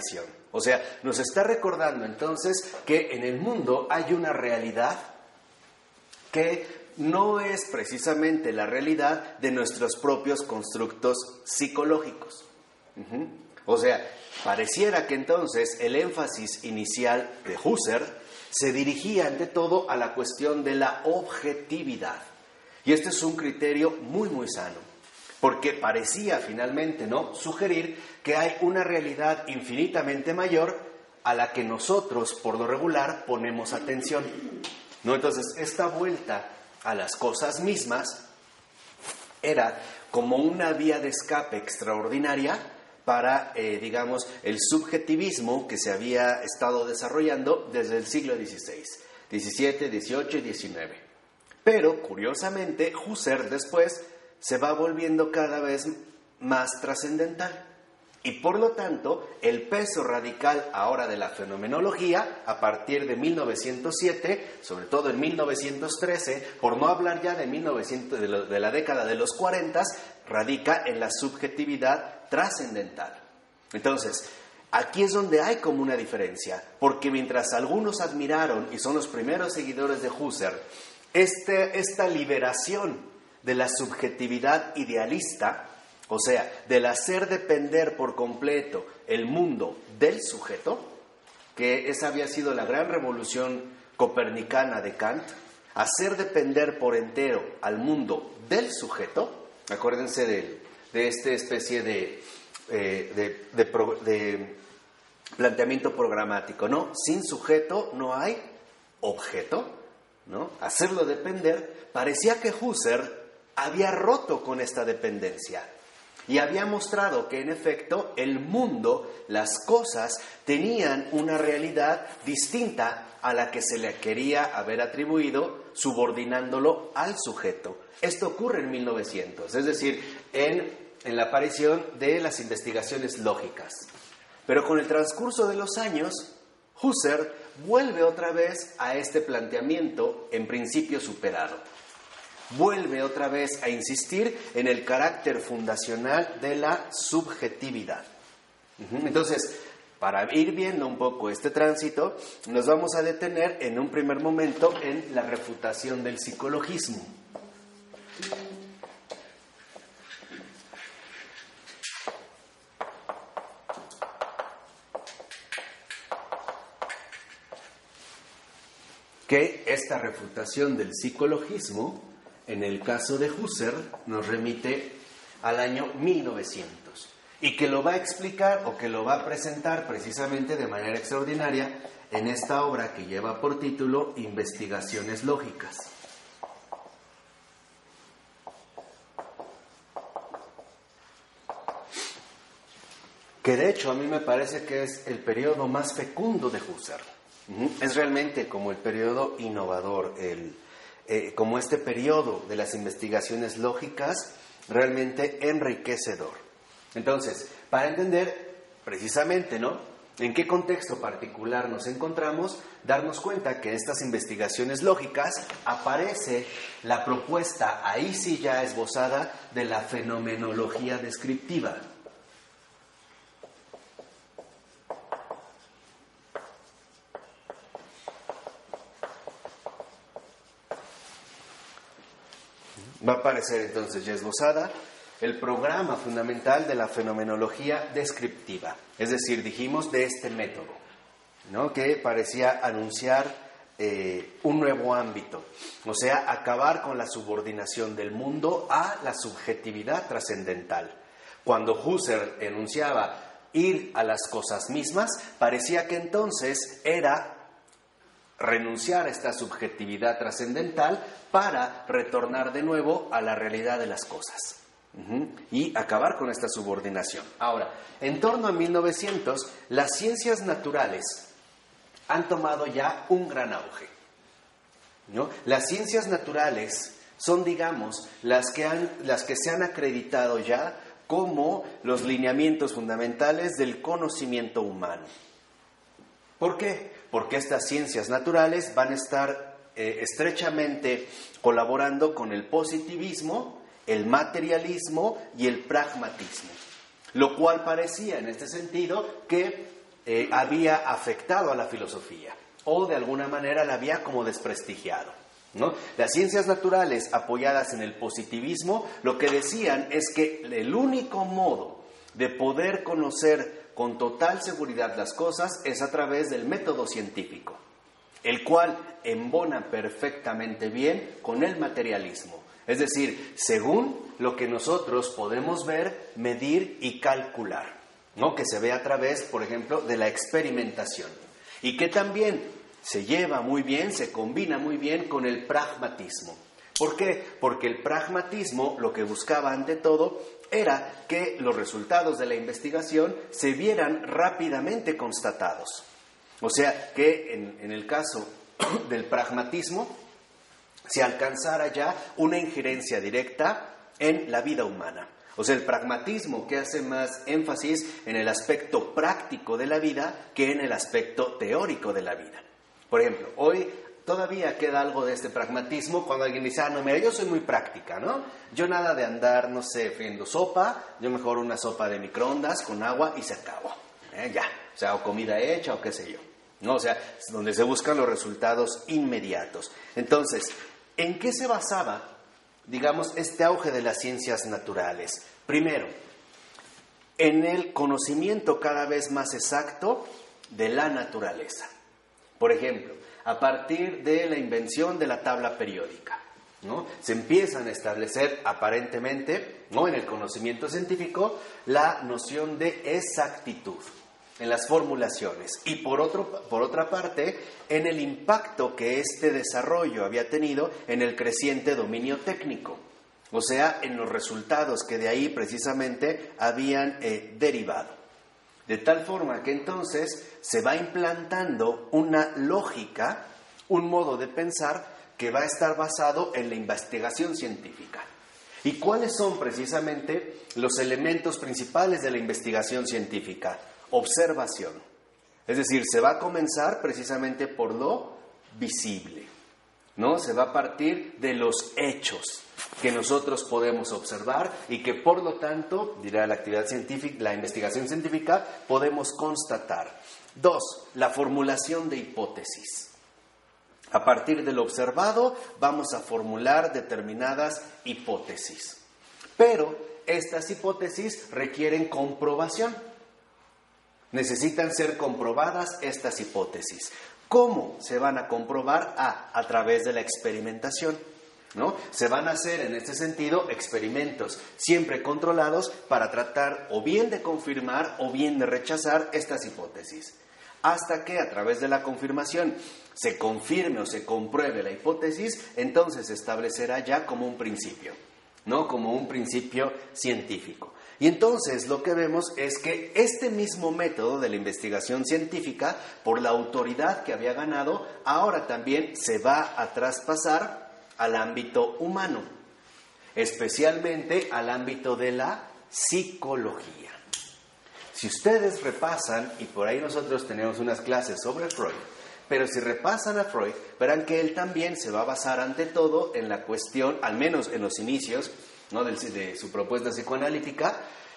O sea, nos está recordando entonces que en el mundo hay una realidad que no es precisamente la realidad de nuestros propios constructos psicológicos. O sea, pareciera que entonces el énfasis inicial de Husserl se dirigía ante todo a la cuestión de la objetividad. Y este es un criterio muy, muy sano, porque parecía finalmente, ¿no?, sugerir que hay una realidad infinitamente mayor a la que nosotros, por lo regular, ponemos atención, ¿no? Entonces, esta vuelta a las cosas mismas era como una vía de escape extraordinaria para, digamos, el subjetivismo que se había estado desarrollando desde el siglo XVI, XVII, XVIII y XIX. Pero, curiosamente, Husserl después se va volviendo cada vez más trascendental. Y por lo tanto, el peso radical ahora de la fenomenología, a partir de 1907, sobre todo en 1913, por no hablar ya de la década de los 40, radica en la subjetividad trascendental. Entonces, aquí es donde hay como una diferencia, porque mientras algunos admiraron, y son los primeros seguidores de Husserl, esta liberación de la subjetividad idealista, o sea, del hacer depender por completo el mundo del sujeto, que esa había sido la gran revolución copernicana de Kant, hacer depender por entero al mundo del sujeto. Acuérdense de esta especie de planteamiento programático, ¿no? Sin sujeto no hay objeto, ¿no? Hacerlo depender. Parecía que Husserl había roto con esta dependencia y había mostrado que en efecto el mundo, las cosas, tenían una realidad distinta a la que se le quería haber atribuido, subordinándolo al sujeto. Esto ocurre en 1900, es decir, en la aparición de las investigaciones lógicas. Pero con el transcurso de los años, Husserl vuelve otra vez a este planteamiento en principio superado. Vuelve otra vez a insistir en el carácter fundacional de la subjetividad. Entonces, para ir viendo un poco este tránsito, nos vamos a detener en un primer momento en la refutación del psicologismo. Que esta refutación del psicologismo, en el caso de Husserl, nos remite al año 1900 y que lo va a explicar o que lo va a presentar precisamente de manera extraordinaria en esta obra que lleva por título Investigaciones Lógicas. Que de hecho a mí me parece que es el periodo más fecundo de Husserl. Es realmente como el periodo innovador, como este periodo de las investigaciones lógicas, realmente enriquecedor. Entonces, para entender precisamente, ¿no?, en qué contexto particular nos encontramos, darnos cuenta que en estas investigaciones lógicas aparece la propuesta, ahí sí ya esbozada, de la fenomenología descriptiva. Va a aparecer entonces ya esbozada el programa fundamental de la fenomenología descriptiva, es decir, dijimos de este método, ¿no?, que parecía anunciar un nuevo ámbito, o sea, acabar con la subordinación del mundo a la subjetividad trascendental. Cuando Husserl enunciaba ir a las cosas mismas, parecía que entonces era renunciar a esta subjetividad trascendental para retornar de nuevo a la realidad de las cosas y acabar con esta subordinación. Ahora, en torno a 1900, las ciencias naturales han tomado ya un gran auge, ¿no? Las ciencias naturales son, digamos, las que se han acreditado ya como los lineamientos fundamentales del conocimiento humano. ¿Por qué? Porque estas ciencias naturales van a estar estrechamente colaborando con el positivismo, el materialismo y el pragmatismo, lo cual parecía en este sentido que había afectado a la filosofía o de alguna manera la había como desprestigiado, ¿no? Las ciencias naturales apoyadas en el positivismo lo que decían es que el único modo de poder conocer con total seguridad las cosas es a través del método científico, el cual embona perfectamente bien con el materialismo. Es decir, según lo que nosotros podemos ver, medir y calcular, ¿no? Que se ve a través, por ejemplo, de la experimentación. Y que también se lleva muy bien, se combina muy bien con el pragmatismo. ¿Por qué? Porque el pragmatismo lo que buscaba ante todo era que los resultados de la investigación se vieran rápidamente constatados. O sea, que en el caso del pragmatismo se alcanzara ya una injerencia directa en la vida humana. O sea, el pragmatismo que hace más énfasis en el aspecto práctico de la vida que en el aspecto teórico de la vida. Por ejemplo, hoy todavía queda algo de este pragmatismo cuando alguien dice, no, mira, yo soy muy práctica, ¿no? Yo nada de andar, no sé, friendo sopa, yo mejor una sopa de microondas con agua y se acabó, ya, o sea, o comida hecha o qué sé yo, ¿no? O sea, donde se buscan los resultados inmediatos. Entonces, ¿en qué se basaba, digamos, este auge de las ciencias naturales? Primero, en el conocimiento cada vez más exacto de la naturaleza. Por ejemplo, a partir de la invención de la tabla periódica, ¿no? Se empiezan a establecer aparentemente, ¿no?, en el conocimiento científico la noción de exactitud en las formulaciones y por otra parte en el impacto que este desarrollo había tenido en el creciente dominio técnico, o sea, en los resultados que de ahí precisamente habían derivado. De tal forma que entonces se va implantando una lógica, un modo de pensar que va a estar basado en la investigación científica. ¿Y cuáles son precisamente los elementos principales de la investigación científica? Observación. Es decir, se va a comenzar precisamente por lo visible, ¿no? Se va a partir de los hechos que nosotros podemos observar y que por lo tanto, dirá la actividad científica, la investigación científica, podemos constatar. 2, la formulación de hipótesis. A partir de lo observado vamos a formular determinadas hipótesis. Pero estas hipótesis requieren comprobación. Necesitan ser comprobadas estas hipótesis. ¿Cómo se van a comprobar? A través de la experimentación, ¿no? Se van a hacer en este sentido experimentos siempre controlados para tratar o bien de confirmar o bien de rechazar estas hipótesis. Hasta que a través de la confirmación se confirme o se compruebe la hipótesis, entonces se establecerá ya como un principio, ¿no? Como un principio científico. Y entonces lo que vemos es que este mismo método de la investigación científica, por la autoridad que había ganado, ahora también se va a traspasar al ámbito humano, especialmente al ámbito de la psicología. Si ustedes repasan, y por ahí nosotros tenemos unas clases sobre Freud, pero si repasan a Freud, verán que él también se va a basar ante todo en la cuestión, al menos en los inicios, ¿no?, de su propuesta psicoanalítica,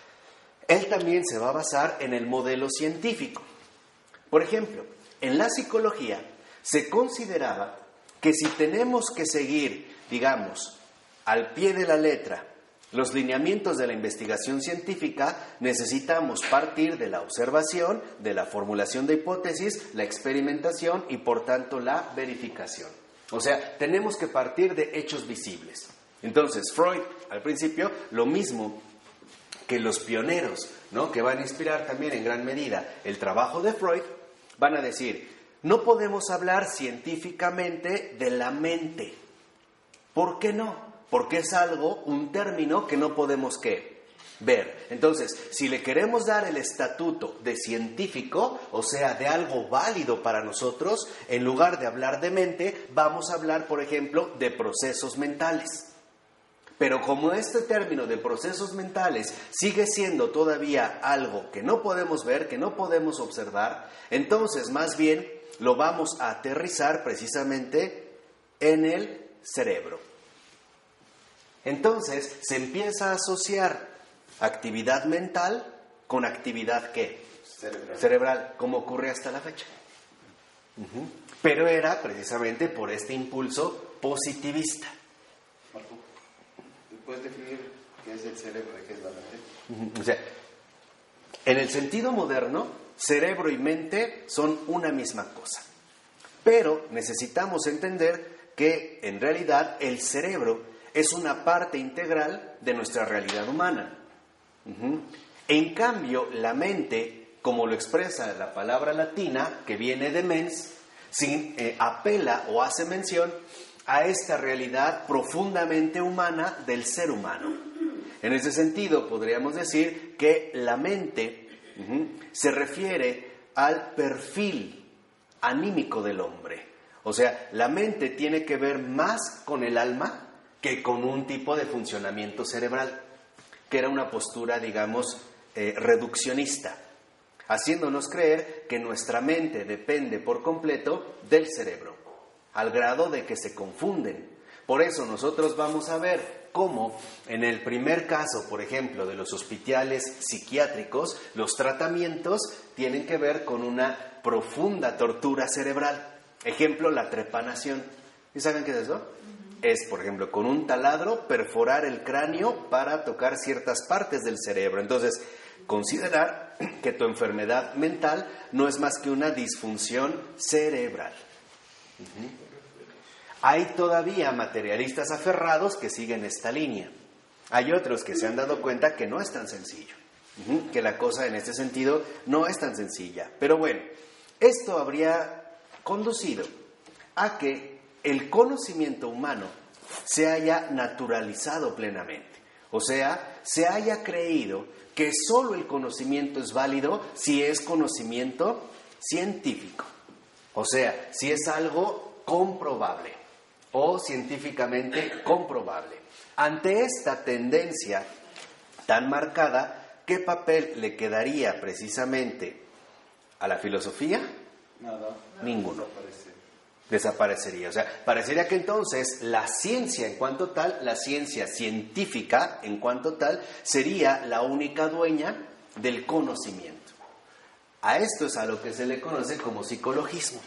él también se va a basar en el modelo científico. Por ejemplo, en la psicología se consideraba que si tenemos que seguir, digamos, al pie de la letra los lineamientos de la investigación científica, necesitamos partir de la observación, de la formulación de hipótesis, la experimentación y, por tanto, la verificación. O sea, tenemos que partir de hechos visibles. Entonces, Freud, al principio, lo mismo que los pioneros, ¿no?, que van a inspirar también en gran medida el trabajo de Freud, van a decir, no podemos hablar científicamente de la mente. ¿Por qué no? Porque es algo, un término que no podemos, ¿qué?, ver. Entonces, si le queremos dar el estatuto de científico, o sea, de algo válido para nosotros, en lugar de hablar de mente, vamos a hablar, por ejemplo, de procesos mentales. Pero como este término de procesos mentales sigue siendo todavía algo que no podemos ver, que no podemos observar, entonces más bien lo vamos a aterrizar precisamente en el cerebro. Entonces se empieza a asociar actividad mental con actividad ¿qué? Cerebral, como ocurre hasta la fecha. Pero era precisamente por este impulso positivista. Marco, ¿puedes definir qué es el cerebro y qué es la mente? O sea, en el sentido moderno, cerebro y mente son una misma cosa. Pero necesitamos entender que en realidad el cerebro es una parte integral de nuestra realidad humana. En cambio, la mente, como lo expresa la palabra latina, que viene de mens, apela o hace mención a esta realidad profundamente humana del ser humano. En ese sentido, podríamos decir que la mente se refiere al perfil anímico del hombre. O sea, la mente tiene que ver más con el alma que con un tipo de funcionamiento cerebral, que era una postura, digamos, reduccionista, haciéndonos creer que nuestra mente depende por completo del cerebro, al grado de que se confunden. Por eso nosotros vamos a ver cómo en el primer caso, por ejemplo, de los hospitales psiquiátricos, los tratamientos tienen que ver con una profunda tortura cerebral. Ejemplo, la trepanación. ¿Y saben qué es eso? Es, por ejemplo, con un taladro perforar el cráneo para tocar ciertas partes del cerebro. Entonces, considerar que tu enfermedad mental no es más que una disfunción cerebral. Hay todavía materialistas aferrados que siguen esta línea. Hay otros que se han dado cuenta que no es tan sencillo, que la cosa en este sentido no es tan sencilla. Pero bueno, esto habría conducido a que el conocimiento humano se haya naturalizado plenamente. O sea, se haya creído que solo el conocimiento es válido si es conocimiento científico. O sea, si es algo comprobable o científicamente comprobable. Ante esta tendencia tan marcada, ¿qué papel le quedaría precisamente a la filosofía? Nada. Ninguno. Desaparecería. O sea, parecería que entonces la ciencia en cuanto tal, la ciencia científica en cuanto tal, sería la única dueña del conocimiento. A esto es a lo que se le conoce como psicologismo.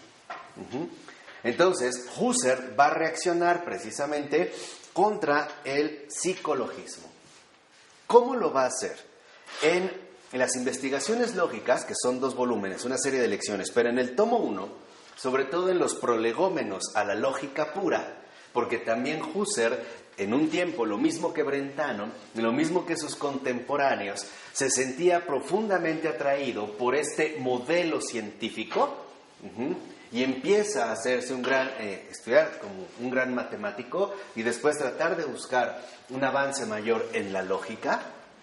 Entonces, Husserl va a reaccionar precisamente contra el psicologismo. ¿Cómo lo va a hacer? En las investigaciones lógicas, que son 2 volúmenes, una serie de lecciones, pero en el tomo 1, sobre todo en los prolegómenos a la lógica pura, porque también Husserl, en un tiempo, lo mismo que Brentano, lo mismo que sus contemporáneos, se sentía profundamente atraído por este modelo científico, y empieza a hacerse estudiar como un gran matemático, y después tratar de buscar un avance mayor en la lógica.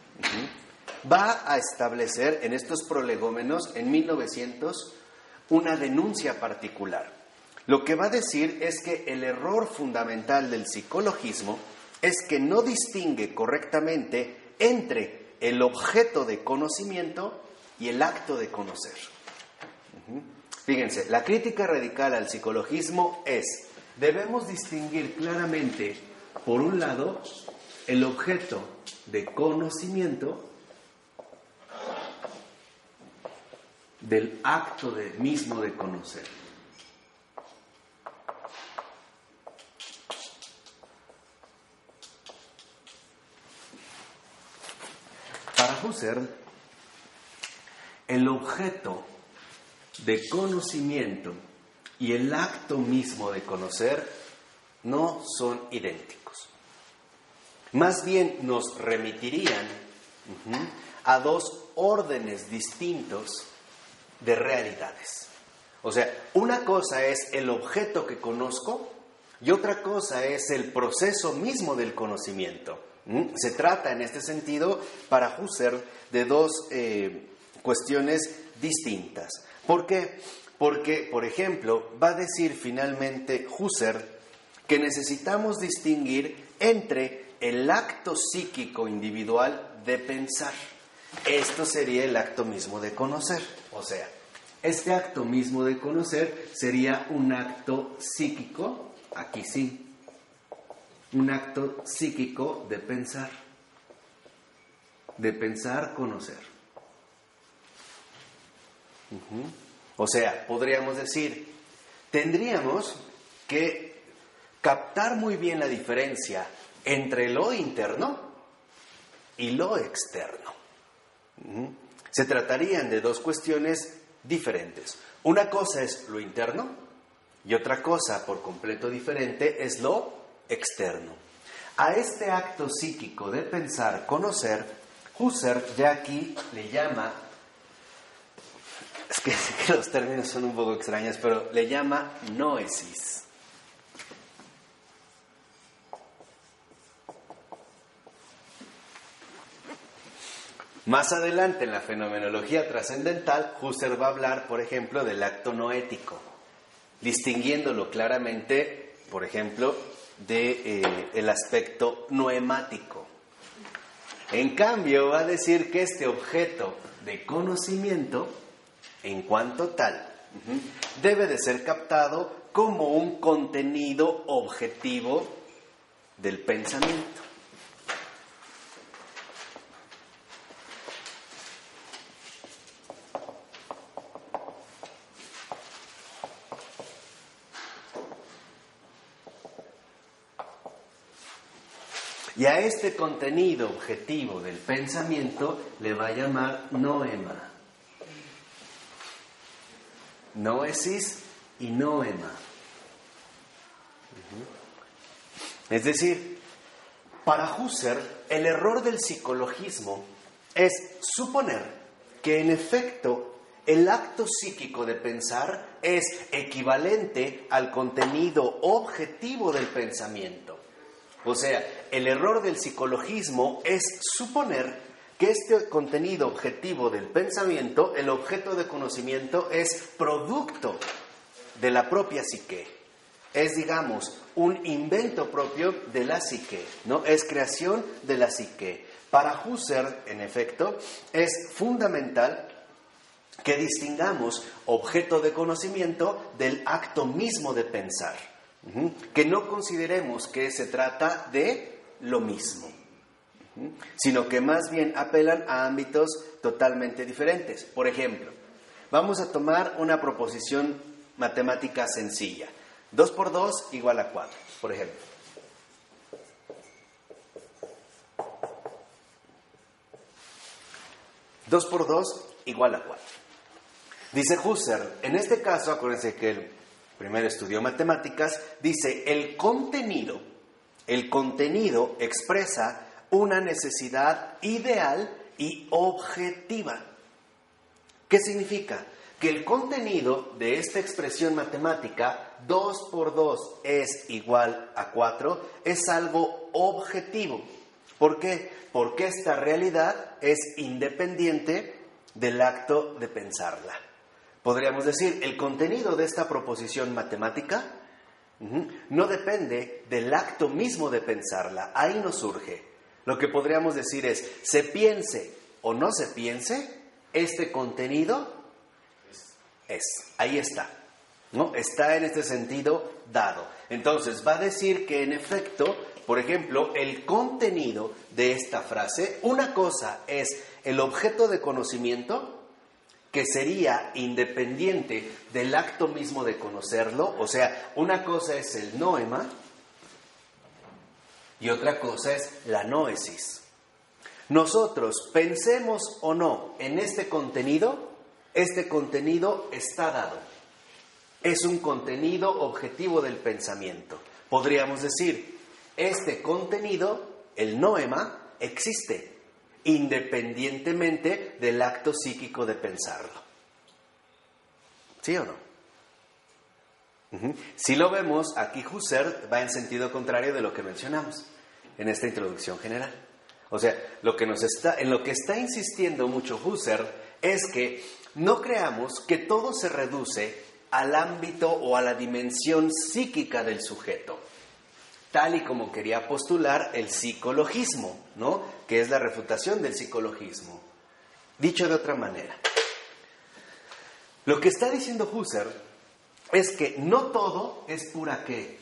Va a establecer en estos prolegómenos, en 1900, una denuncia particular. Lo que va a decir es que el error fundamental del psicologismo es que no distingue correctamente entre el objeto de conocimiento y el acto de conocer. Fíjense, la crítica radical al psicologismo es: debemos distinguir claramente, por un lado, el objeto de conocimiento del acto mismo de conocer. Para Husserl, el objeto de conocimiento y el acto mismo de conocer no son idénticos. Más bien nos remitirían a 2 órdenes distintos de realidades. O sea, una cosa es el objeto que conozco y otra cosa es el proceso mismo del conocimiento. Se trata en este sentido para Husserl de 2 cuestiones distintas. ¿Por qué? Porque, por ejemplo, va a decir finalmente Husserl que necesitamos distinguir entre el acto psíquico individual de pensar. Esto sería el acto mismo de conocer. O sea, este acto mismo de conocer sería un acto psíquico, aquí sí, un acto psíquico de pensar, conocer. O sea, podríamos decir, tendríamos que captar muy bien la diferencia entre lo interno y lo externo. Se tratarían de dos cuestiones diferentes. Una cosa es lo interno y otra cosa por completo diferente es lo externo. A este acto psíquico de pensar, conocer, Husserl ya aquí le llama, es que los términos son un poco extraños, pero le llama noesis. Más adelante en la fenomenología trascendental, Husserl va a hablar, por ejemplo, del acto noético, distinguiéndolo claramente, por ejemplo, del aspecto noemático. En cambio, va a decir que este objeto de conocimiento, en cuanto tal, debe de ser captado como un contenido objetivo del pensamiento. Y a este contenido objetivo del pensamiento le va a llamar noema. Noesis y noema. Es decir, para Husserl, el error del psicologismo es suponer que en efecto el acto psíquico de pensar es equivalente al contenido objetivo del pensamiento. O sea, el error del psicologismo es suponer que este contenido objetivo del pensamiento, el objeto de conocimiento, es producto de la propia psique. Es, digamos, un invento propio de la psique, ¿no? Es creación de la psique. Para Husserl, en efecto, es fundamental que distingamos objeto de conocimiento del acto mismo de pensar. Que no consideremos que se trata de lo mismo, sino que más bien apelan a ámbitos totalmente diferentes. Por ejemplo, vamos a tomar una proposición matemática sencilla. 2 por 2 igual a 4, por ejemplo. Dos por 2 igual a 4. Dice Husserl, en este caso, acuérdense que él primero estudió matemáticas, dice, el contenido expresa una necesidad ideal y objetiva. ¿Qué significa? Que el contenido de esta expresión matemática, 2 por 2 es igual a 4, es algo objetivo. ¿Por qué? Porque esta realidad es independiente del acto de pensarla. Podríamos decir, el contenido de esta proposición matemática no depende del acto mismo de pensarla. Ahí no surge. Lo que podríamos decir es, se piense o no se piense, este contenido es. Ahí está, ¿no? Está en este sentido dado. Entonces, va a decir que en efecto, por ejemplo, el contenido de esta frase, una cosa es el objeto de conocimiento, que sería independiente del acto mismo de conocerlo, o sea, una cosa es el noema y otra cosa es la noesis. Nosotros, pensemos o no en este contenido está dado. Es un contenido objetivo del pensamiento. Podríamos decir, este contenido, el noema, existe independientemente del acto psíquico de pensarlo. ¿Sí o no? Si lo vemos, aquí Husserl va en sentido contrario de lo que mencionamos en esta introducción general. O sea, en lo que está insistiendo mucho Husserl es que no creamos que todo se reduce al ámbito o a la dimensión psíquica del sujeto, tal y como quería postular el psicologismo, ¿no? Que es la refutación del psicologismo. Dicho de otra manera, lo que está diciendo Husserl es que no todo es pura ¿qué?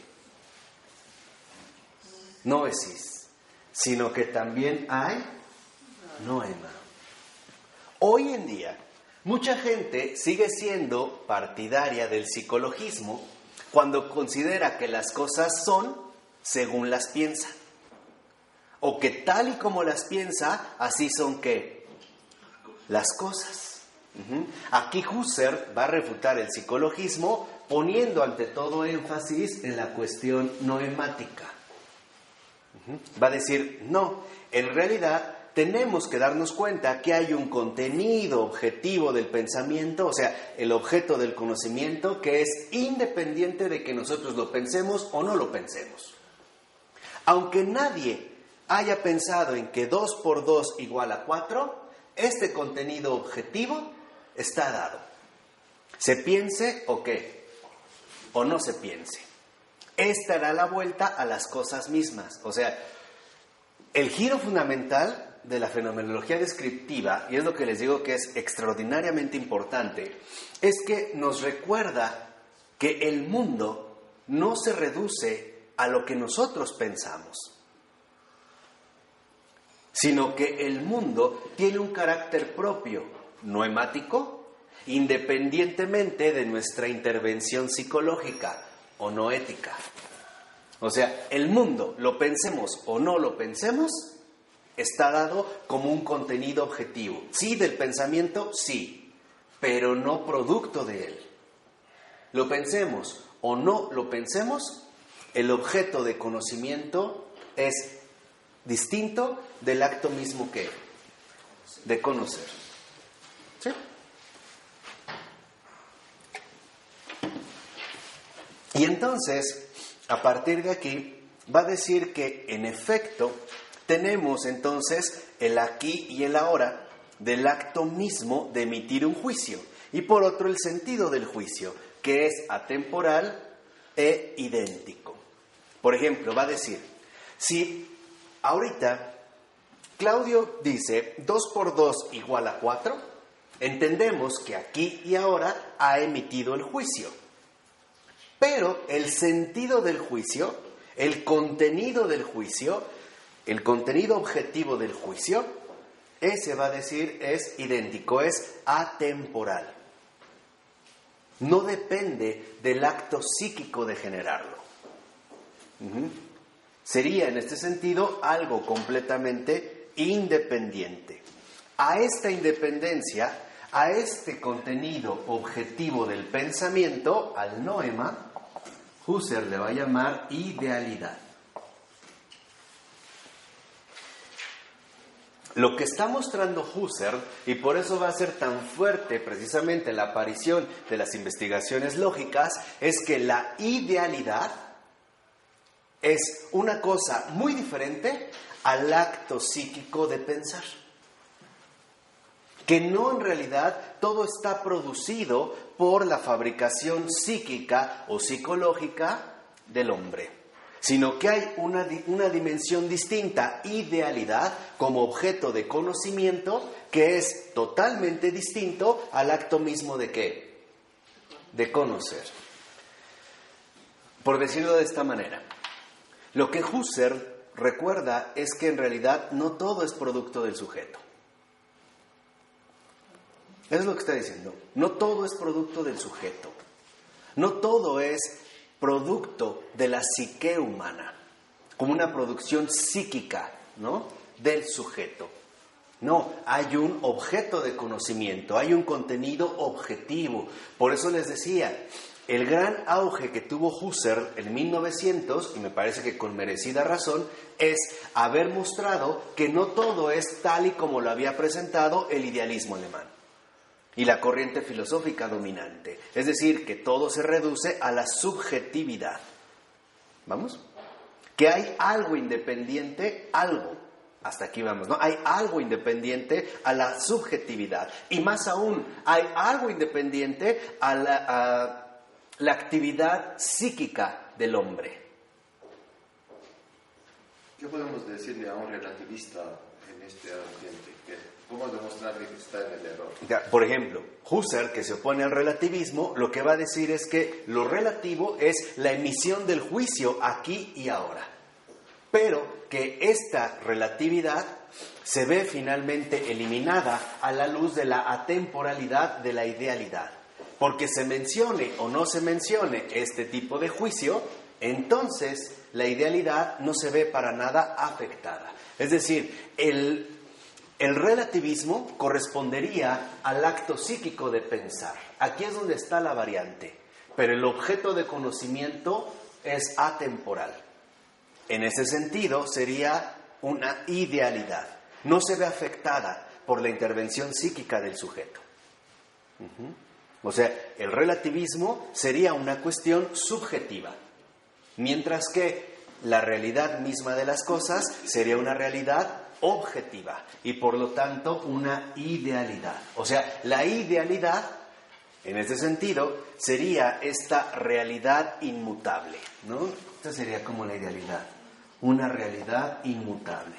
Noesis, sino que también hay noema. Hoy en día, Mucha gente sigue siendo partidaria del psicologismo cuando considera que las cosas son según las piensa. O que tal y como las piensa, así son ¿qué? Las cosas. Aquí Husserl va a refutar el psicologismo poniendo ante todo énfasis en la cuestión noemática. Va a decir, no, en realidad tenemos que darnos cuenta que hay un contenido objetivo del pensamiento, o sea, el objeto del conocimiento, que es independiente de que nosotros lo pensemos o no lo pensemos. Aunque nadie haya pensado en que 2 por 2 igual a 4, este contenido objetivo está dado. Se piense o qué, o no se piense. Esta era la vuelta a las cosas mismas. O sea, el giro fundamental de la fenomenología descriptiva, y es lo que les digo que es extraordinariamente importante, es que nos recuerda que el mundo no se reduce a lo que nosotros pensamos, sino que el mundo tiene un carácter propio, noemático, independientemente de nuestra intervención psicológica o noética. O sea, el mundo, lo pensemos o no lo pensemos, está dado como un contenido objetivo. Sí, del pensamiento, sí, pero no producto de él. Lo pensemos o no lo pensemos, el objeto de conocimiento es distinto del acto mismo que de conocer. ¿Sí? Y entonces, a partir de aquí, va a decir que, en efecto, tenemos entonces el aquí y el ahora del acto mismo de emitir un juicio. Y por otro, el sentido del juicio, que es atemporal e idéntico. Por ejemplo, va a decir, si ahorita Claudio dice 2 por 2 igual a 4, entendemos que aquí y ahora ha emitido el juicio. Pero el sentido del juicio, el contenido del juicio, el contenido objetivo del juicio, ese va a decir es idéntico, es atemporal. No depende del acto psíquico de generarlo. Sería en este sentido algo completamente independiente. A esta independencia, a este contenido objetivo del pensamiento, al noema, Husserl le va a llamar idealidad. Lo que está mostrando Husserl, y por eso va a ser tan fuerte precisamente la aparición de las investigaciones lógicas, es que la idealidad es una cosa muy diferente al acto psíquico de pensar. Que no, en realidad todo está producido por la fabricación psíquica o psicológica del hombre, sino que hay una dimensión distinta, idealidad, como objeto de conocimiento, que es totalmente distinto al acto mismo de ¿qué? De conocer. Por decirlo de esta manera, lo que Husserl recuerda es que en realidad no todo es producto del sujeto. Eso es lo que está diciendo. No todo es producto del sujeto. No todo es producto de la psique humana, como una producción psíquica, ¿no?, del sujeto. No, hay un objeto de conocimiento, hay un contenido objetivo. Por eso les decía, el gran auge que tuvo Husserl en 1900, y me parece que con merecida razón, es haber mostrado que no todo es tal y como lo había presentado el idealismo alemán y la corriente filosófica dominante. Es decir, que todo se reduce a la subjetividad. ¿Vamos? Que hay algo independiente, algo. Hasta aquí vamos, ¿no? Hay algo independiente a la subjetividad. Y más aún, hay algo independiente a la actividad psíquica del hombre. ¿Qué podemos decirle a un relativista en este ambiente? ¿Cómo demostrarle que está en el error? Por ejemplo, Husserl, que se opone al relativismo, lo que va a decir es que lo relativo es la emisión del juicio aquí y ahora. pero que esta relatividad se ve finalmente eliminada a la luz de la atemporalidad de la idealidad. Porque se mencione o no se mencione este tipo de juicio, entonces la idealidad no se ve para nada afectada. Es decir, el relativismo correspondería al acto psíquico de pensar. Aquí es donde está la variante, pero el objeto de conocimiento es atemporal. En ese sentido sería una idealidad. No se ve afectada por la intervención psíquica del sujeto. O sea, el relativismo sería una cuestión subjetiva, mientras que la realidad misma de las cosas sería una realidad objetiva y por lo tanto una idealidad. O sea, la idealidad, en ese sentido, sería esta realidad inmutable, ¿no? Esta sería como la idealidad, una realidad inmutable.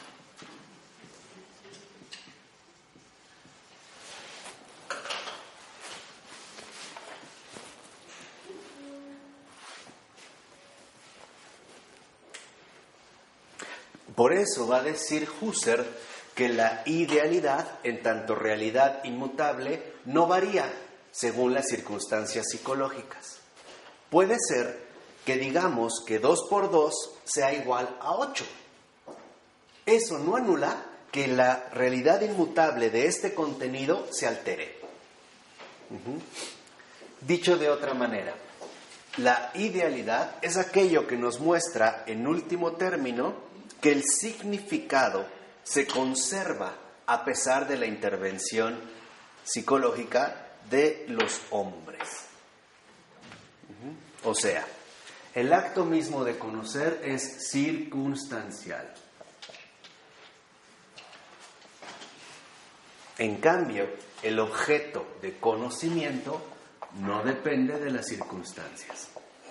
Por eso va a decir Husserl que la idealidad, en tanto realidad inmutable, no varía según las circunstancias psicológicas. Puede ser que digamos que 2 por 2 sea igual a 8. Eso no anula que la realidad inmutable de este contenido se altere. Dicho de otra manera, la idealidad es aquello que nos muestra, en último término, que el significado se conserva a pesar de la intervención psicológica de los hombres. O sea, el acto mismo de conocer es circunstancial. En cambio, el objeto de conocimiento no depende de las circunstancias.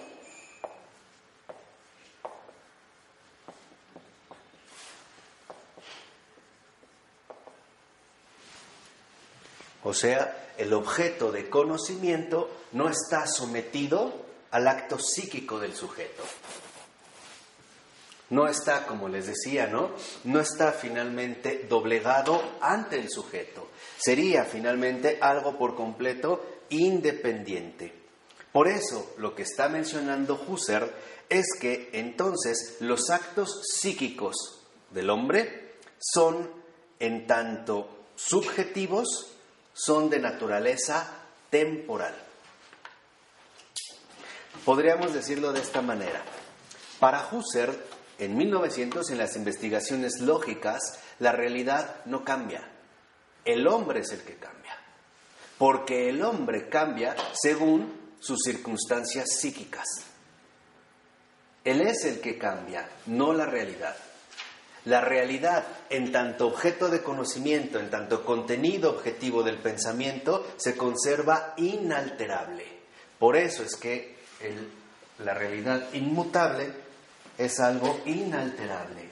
O sea, el objeto de conocimiento no está sometido al acto psíquico del sujeto. No está, como les decía, no está finalmente doblegado ante el sujeto. Sería finalmente algo por completo independiente. Por eso, lo que está mencionando Husserl es que entonces los actos psíquicos del hombre son, en tanto subjetivos, son de naturaleza temporal. Podríamos decirlo de esta manera. Para Husserl, en 1900, en las investigaciones lógicas, la realidad no cambia. El hombre es el que cambia. Porque el hombre cambia según sus circunstancias psíquicas. Él es el que cambia, no la realidad. La realidad, en tanto objeto de conocimiento, en tanto contenido objetivo del pensamiento, se conserva inalterable. Por eso es que la realidad inmutable es algo inalterable.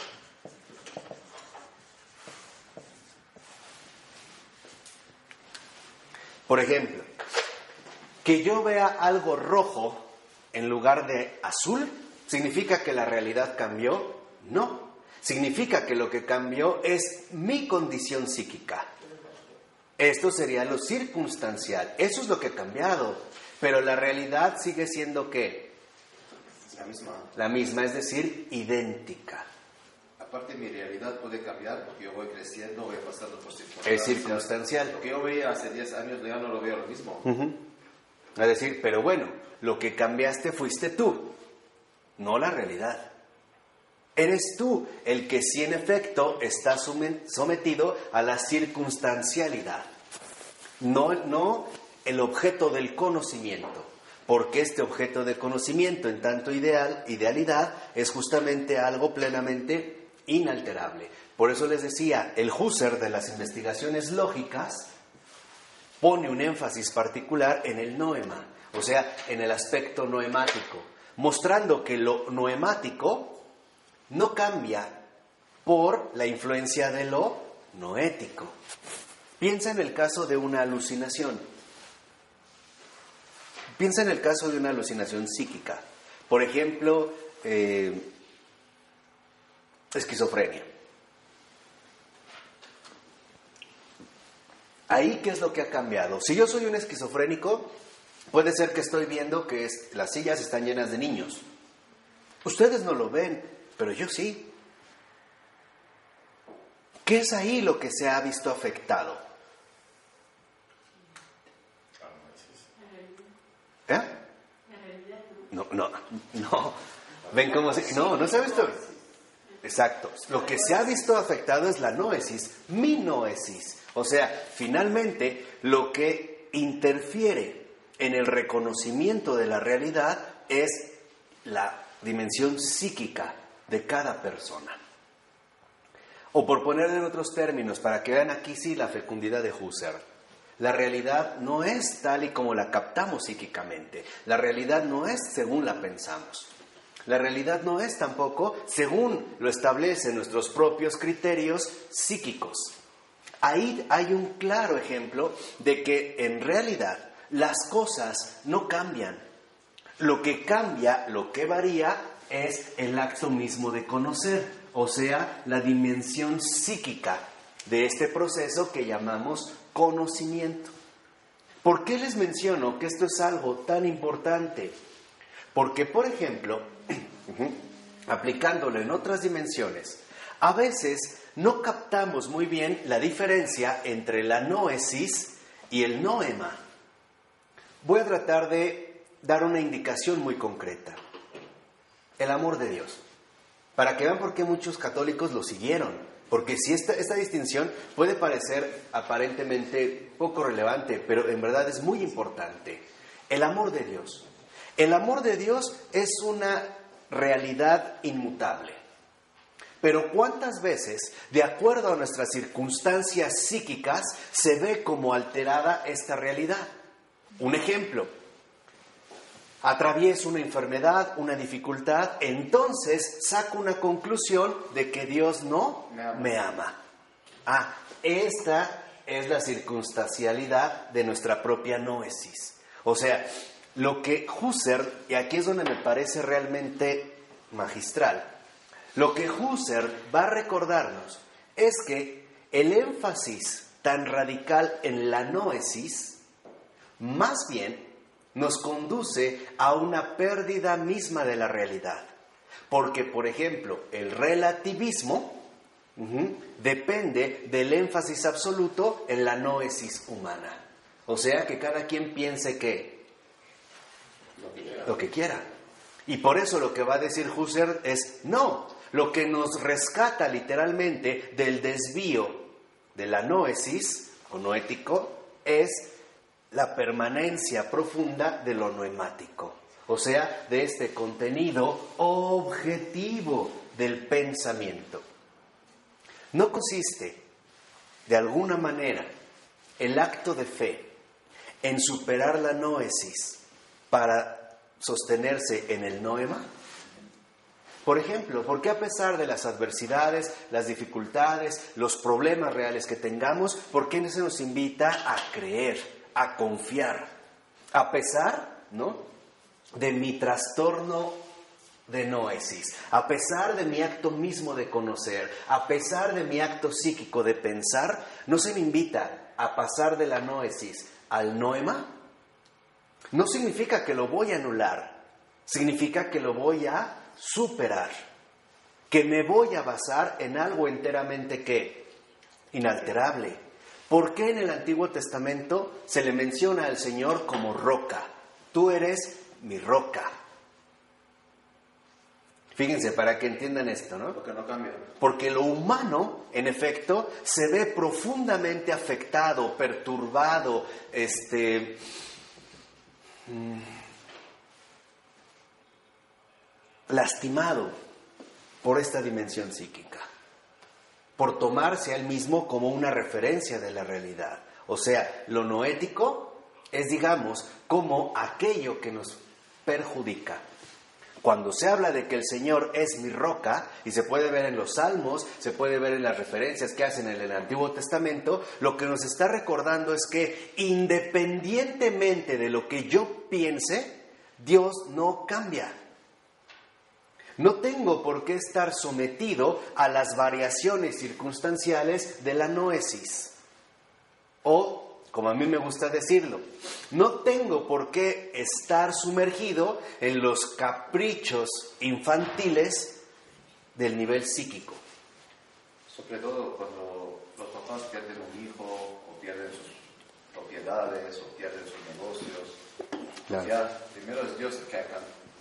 Por ejemplo, que yo vea algo rojo en lugar de azul, ¿significa que la realidad cambió? No. Significa que lo que cambió es mi condición psíquica. Esto sería lo circunstancial. Eso es lo que ha cambiado. Pero la realidad sigue siendo ¿qué? La misma, es decir, idéntica. Aparte, mi realidad puede cambiar porque yo voy creciendo, voy pasando por circunstancias. Es circunstancial. Lo que yo veía hace 10 años ya no lo veo lo mismo. Es decir, pero bueno, lo que cambiaste fuiste tú, no la realidad. Eres tú el que sí en efecto está sometido a la circunstancialidad, no el objeto del conocimiento, porque este objeto de conocimiento en tanto idealidad es justamente algo plenamente inalterable. Por eso les decía, el Husserl de las investigaciones lógicas pone un énfasis particular en el noema, o sea, en el aspecto noemático, mostrando que lo noemático no cambia por la influencia de lo noético. Piensa en el caso de una alucinación. Piensa en el caso de una alucinación psíquica. Por ejemplo, esquizofrenia. Ahí, ¿qué es lo que ha cambiado? Si yo soy un esquizofrénico, puede ser que estoy viendo que las sillas están llenas de niños. Ustedes no lo ven, pero yo sí. ¿Qué es ahí lo que se ha visto afectado? ¿Eh? No. ¿Ven cómo se...? No se ha visto. Exacto. Lo que se ha visto afectado es la noesis, mi noesis. O sea, finalmente, lo que interfiere en el reconocimiento de la realidad es la dimensión psíquica de cada persona. O por ponerlo en otros términos, para que vean aquí sí la fecundidad de Husserl. La realidad no es tal y como la captamos psíquicamente. La realidad no es según la pensamos. La realidad no es tampoco según lo establecen nuestros propios criterios psíquicos. Ahí hay un claro ejemplo de que en realidad las cosas no cambian. Lo que cambia, lo que varía, es el acto mismo de conocer, o sea, la dimensión psíquica de este proceso que llamamos conocimiento. ¿Por qué les menciono que esto es algo tan importante? Porque, por ejemplo, aplicándolo en otras dimensiones, a veces no captamos muy bien la diferencia entre la noesis y el noema. Voy a tratar de dar una indicación muy concreta. El amor de Dios. Para que vean por qué muchos católicos lo siguieron. Porque si esta distinción puede parecer aparentemente poco relevante, pero en verdad es muy importante. El amor de Dios. El amor de Dios es una realidad inmutable. Pero ¿cuántas veces, de acuerdo a nuestras circunstancias psíquicas, se ve como alterada esta realidad? Un ejemplo. Atravieso una enfermedad, una dificultad, entonces saco una conclusión de que Dios no me ama. Esta es la circunstancialidad de nuestra propia noesis. O sea, lo que Husserl, y aquí es donde me parece realmente magistral, lo que Husserl va a recordarnos es que el énfasis tan radical en la noesis, más bien nos conduce a una pérdida misma de la realidad. Porque, por ejemplo, el relativismo depende del énfasis absoluto en la noesis humana. O sea, que cada quien piense que lo que quiera. Y por eso lo que va a decir Husserl es no. Lo que nos rescata literalmente del desvío de la noesis o noético es la permanencia profunda de lo noemático, o sea, de este contenido objetivo del pensamiento. No consiste, de alguna manera, el acto de fe en superar la noesis para sostenerse en el noema. Por ejemplo, ¿por qué a pesar de las adversidades, las dificultades, los problemas reales que tengamos, por qué no se nos invita a creer, a confiar, a pesar, de mi trastorno de noesis, a pesar de mi acto mismo de conocer, a pesar de mi acto psíquico de pensar, no se me invita a pasar de la noesis al noema? No significa que lo voy a anular, significa que lo voy a superar, que me voy a basar en algo enteramente ¿qué? Inalterable. ¿Por qué en el Antiguo Testamento se le menciona al Señor como roca? Tú eres mi roca. Fíjense, para que entiendan esto, ¿no? Porque no cambia. Porque lo humano, en efecto, se ve profundamente afectado, perturbado, lastimado por esta dimensión psíquica, por tomarse a él mismo como una referencia de la realidad. O sea, lo noético es, digamos, como aquello que nos perjudica. Cuando se habla de que el Señor es mi roca, y se puede ver en los Salmos, se puede ver en las referencias que hacen en el Antiguo Testamento, lo que nos está recordando es que independientemente de lo que yo piense, Dios no cambia. No tengo por qué estar sometido a las variaciones circunstanciales de la noesis. O, como a mí me gusta decirlo, no tengo por qué estar sumergido en los caprichos infantiles del nivel psíquico. Sobre todo cuando los papás pierden un hijo, o pierden sus propiedades, o pierden sus negocios. Claro. Ya, primero es Dios el que acá.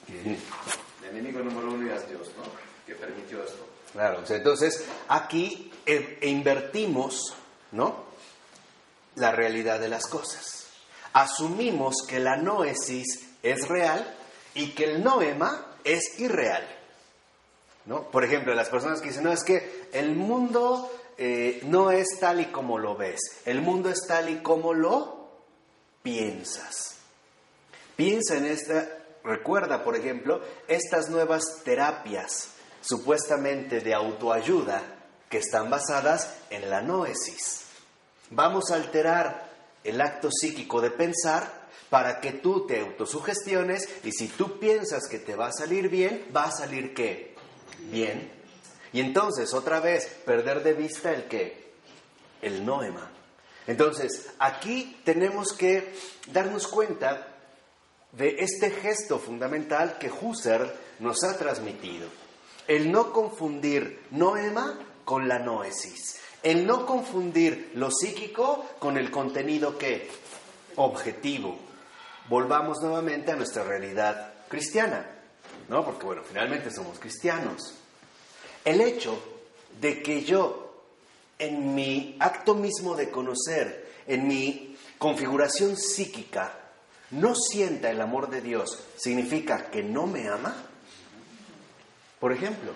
El enemigo número uno ya es Dios, ¿no? Que permitió esto. Claro, o sea, entonces aquí invertimos, ¿no?, la realidad de las cosas. Asumimos que la noesis es real y que el noema es irreal, ¿no? Por ejemplo, las personas que dicen, no, es que el mundo no es tal y como lo ves, el mundo es tal y como lo piensas. Piensa en recuerda, por ejemplo, estas nuevas terapias supuestamente de autoayuda que están basadas en la noesis. Vamos a alterar el acto psíquico de pensar para que tú te autosugestiones y si tú piensas que te va a salir bien, ¿va a salir qué? Bien. Y entonces, otra vez, perder de vista el qué? El noema. Entonces, aquí tenemos que darnos cuenta de este gesto fundamental que Husserl nos ha transmitido. El no confundir noema con la noesis. El no confundir lo psíquico con el contenido ¿qué? Objetivo. Volvamos nuevamente a nuestra realidad cristiana, ¿no? Porque, bueno, finalmente somos cristianos. El hecho de que yo, en mi acto mismo de conocer, en mi configuración psíquica, no sienta el amor de Dios, ¿significa que no me ama? Por ejemplo,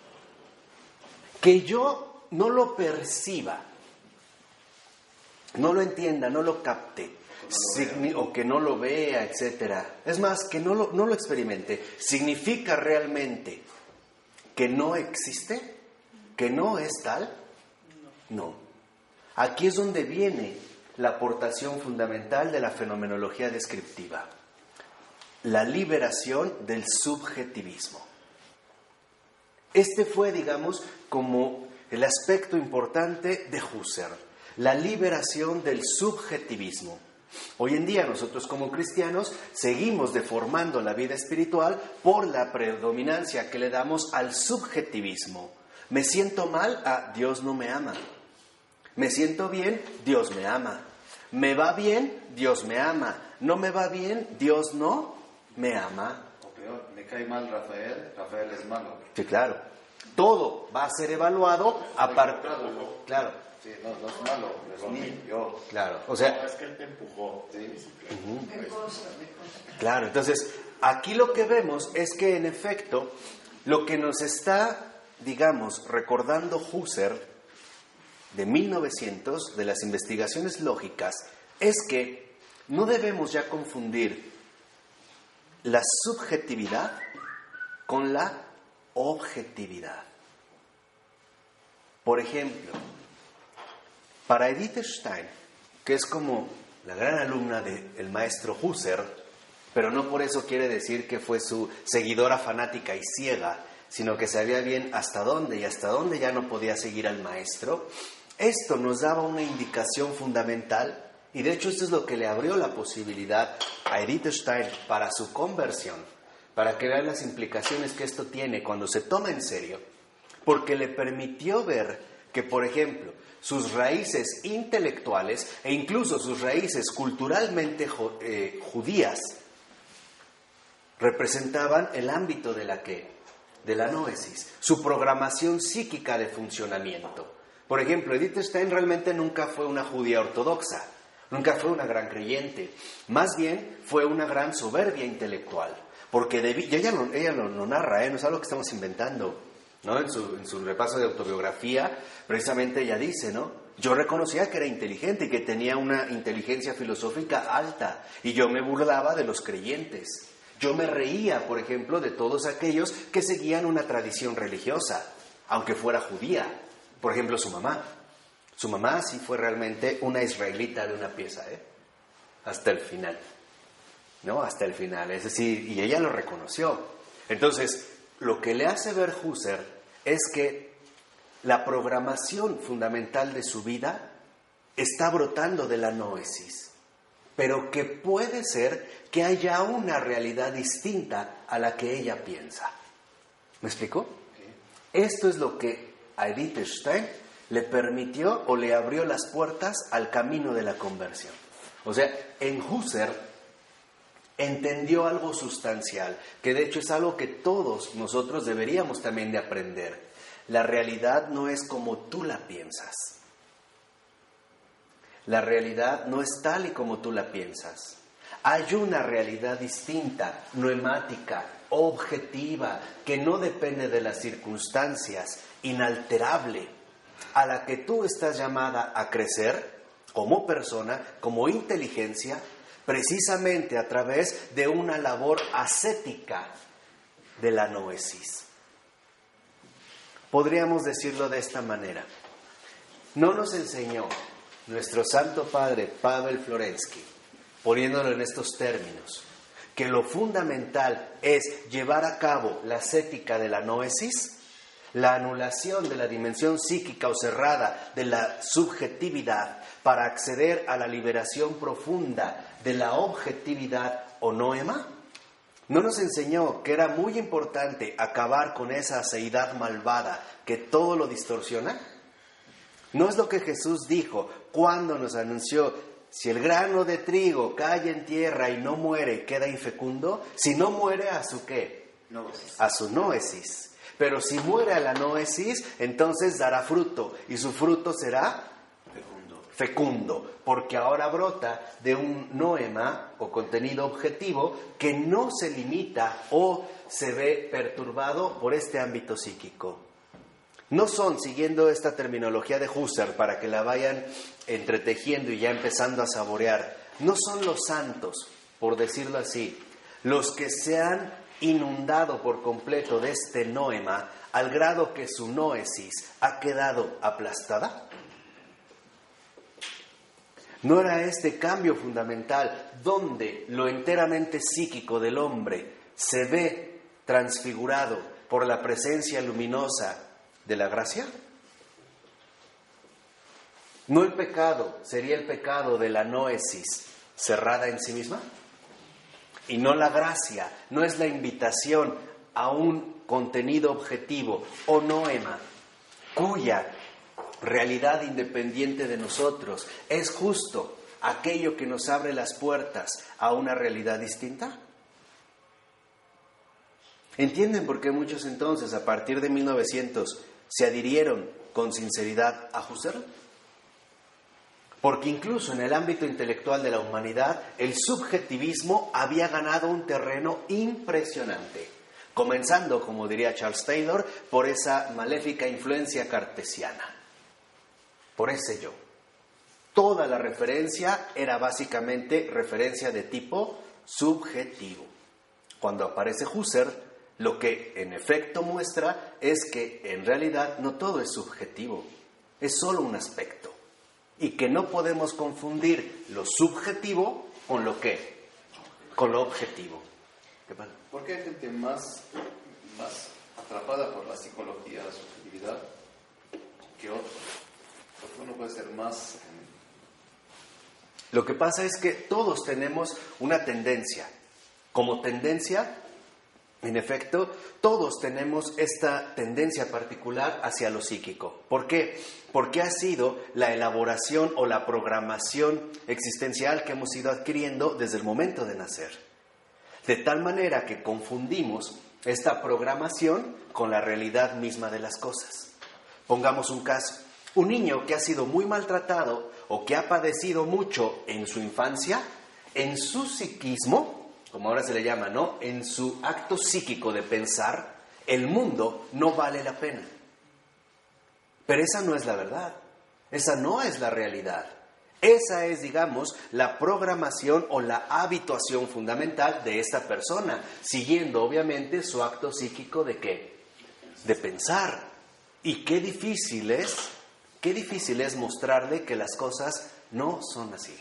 que yo no lo perciba, no lo entienda, no lo capte, o que no lo vea, etc. Es más, que no lo experimente, ¿significa realmente que no existe? ¿Que no es tal? No. Aquí es donde viene la aportación fundamental de la fenomenología descriptiva, la liberación del subjetivismo. Este fue, digamos, como el aspecto importante de Husserl, la liberación del subjetivismo. Hoy en día nosotros como cristianos seguimos deformando la vida espiritual por la predominancia que le damos al subjetivismo. Me siento mal, Dios no me ama. Me siento bien, Dios me ama. Me va bien, Dios me ama. No me va bien, Dios no me ama. O peor, me cae mal Rafael, Rafael es malo. Sí, claro. Todo va a ser evaluado a partir... Claro. Sí, no es malo, es ni yo. Claro, o sea... Es que él te empujó. Sí. Claro, entonces, aquí lo que vemos es que, en efecto, lo que nos está, digamos, recordando Husserl de 1900, de las investigaciones lógicas, es que no debemos ya confundir la subjetividad con la objetividad. Por ejemplo, para Edith Stein, que es como la gran alumna del maestro Husserl, pero no por eso quiere decir que fue su seguidora fanática y ciega, sino que sabía bien hasta dónde y hasta dónde ya no podía seguir al maestro, esto nos daba una indicación fundamental, y de hecho esto es lo que le abrió la posibilidad a Edith Stein para su conversión, para que vean las implicaciones que esto tiene cuando se toma en serio, porque le permitió ver que, por ejemplo, sus raíces intelectuales e incluso sus raíces culturalmente judías representaban el ámbito de la noesis, su programación psíquica de funcionamiento. Por ejemplo, Edith Stein realmente nunca fue una judía ortodoxa, nunca fue una gran creyente, más bien fue una gran soberbia intelectual, porque ella lo narra, no es algo que estamos inventando, ¿no? En su repaso de autobiografía, precisamente ella dice, ¿no? Yo reconocía que era inteligente y que tenía una inteligencia filosófica alta, y yo me burlaba de los creyentes. Yo me reía, por ejemplo, de todos aquellos que seguían una tradición religiosa, aunque fuera judía. Por ejemplo, su mamá. Su mamá sí fue realmente una israelita de una pieza, hasta el final, ¿no? Hasta el final, es decir, y ella lo reconoció. Entonces, lo que le hace ver Husserl es que la programación fundamental de su vida está brotando de la noesis, pero que puede ser que haya una realidad distinta a la que ella piensa. ¿Me explico? Esto es lo que a Edith Stein le permitió o le abrió las puertas al camino de la conversión. O sea, en Husserl entendió algo sustancial, que de hecho es algo que todos nosotros deberíamos también de aprender. La realidad no es como tú la piensas. La realidad no es tal y como tú la piensas. Hay una realidad distinta, noemática, objetiva, que no depende de las circunstancias, inalterable, a la que tú estás llamada a crecer como persona, como inteligencia, precisamente a través de una labor ascética de la noesis. Podríamos decirlo de esta manera. No nos enseñó nuestro Santo Padre Pavel Florensky, poniéndolo en estos términos, que lo fundamental es llevar a cabo la ascética de la noesis, la anulación de la dimensión psíquica o cerrada de la subjetividad para acceder a la liberación profunda de la objetividad o noema. ¿No nos enseñó que era muy importante acabar con esa aceidad malvada que todo lo distorsiona? ¿No es lo que Jesús dijo cuando nos anunció: si el grano de trigo cae en tierra y no muere, queda infecundo? Si no muere, ¿a su qué? Noesis. A su noesis. Pero si muere a la noesis, entonces dará fruto, y su fruto será fecundo, porque ahora brota de un noema o contenido objetivo que no se limita o se ve perturbado por este ámbito psíquico. No son, siguiendo esta terminología de Husserl para que la vayan entretejiendo y ya empezando a saborear, no son los santos, por decirlo así, los que se han inundado por completo de este noema al grado que su noesis ha quedado aplastada. ¿No era este cambio fundamental donde lo enteramente psíquico del hombre se ve transfigurado por la presencia luminosa de la gracia? ¿No el pecado sería el pecado de la noesis cerrada en sí misma? Y no la gracia, no es la invitación a un contenido objetivo o noema, cuya realidad independiente de nosotros es justo aquello que nos abre las puertas a una realidad distinta. ¿Entienden por qué muchos entonces, a partir de 1900, se adhirieron con sinceridad a Husserl? Porque incluso en el ámbito intelectual de la humanidad, el subjetivismo había ganado un terreno impresionante, comenzando, como diría Charles Taylor, por esa maléfica influencia cartesiana, por ese yo. Toda la referencia era básicamente referencia de tipo subjetivo. Cuando aparece Husserl, lo que en efecto muestra es que en realidad no todo es subjetivo, es solo un aspecto. Y que no podemos confundir lo subjetivo con lo ¿qué? Con lo objetivo. ¿Qué pasa? ¿Por qué hay gente más atrapada por la psicología, la subjetividad, que otros? ¿Por qué uno puede ser más? Lo que pasa es que todos tenemos una tendencia. Como tendencia, en efecto, todos tenemos esta tendencia particular hacia lo psíquico. ¿Por qué? Porque ha sido la elaboración o la programación existencial que hemos ido adquiriendo desde el momento de nacer. De tal manera que confundimos esta programación con la realidad misma de las cosas. Pongamos un caso. Un niño que ha sido muy maltratado o que ha padecido mucho en su infancia, en su psiquismo, como ahora se le llama, ¿no? En su acto psíquico de pensar, el mundo no vale la pena. Pero esa no es la verdad, esa no es la realidad. Esa es, digamos, la programación o la habituación fundamental de esta persona, siguiendo obviamente su acto psíquico de ¿qué? De pensar. Y qué difícil es mostrarle que las cosas no son así.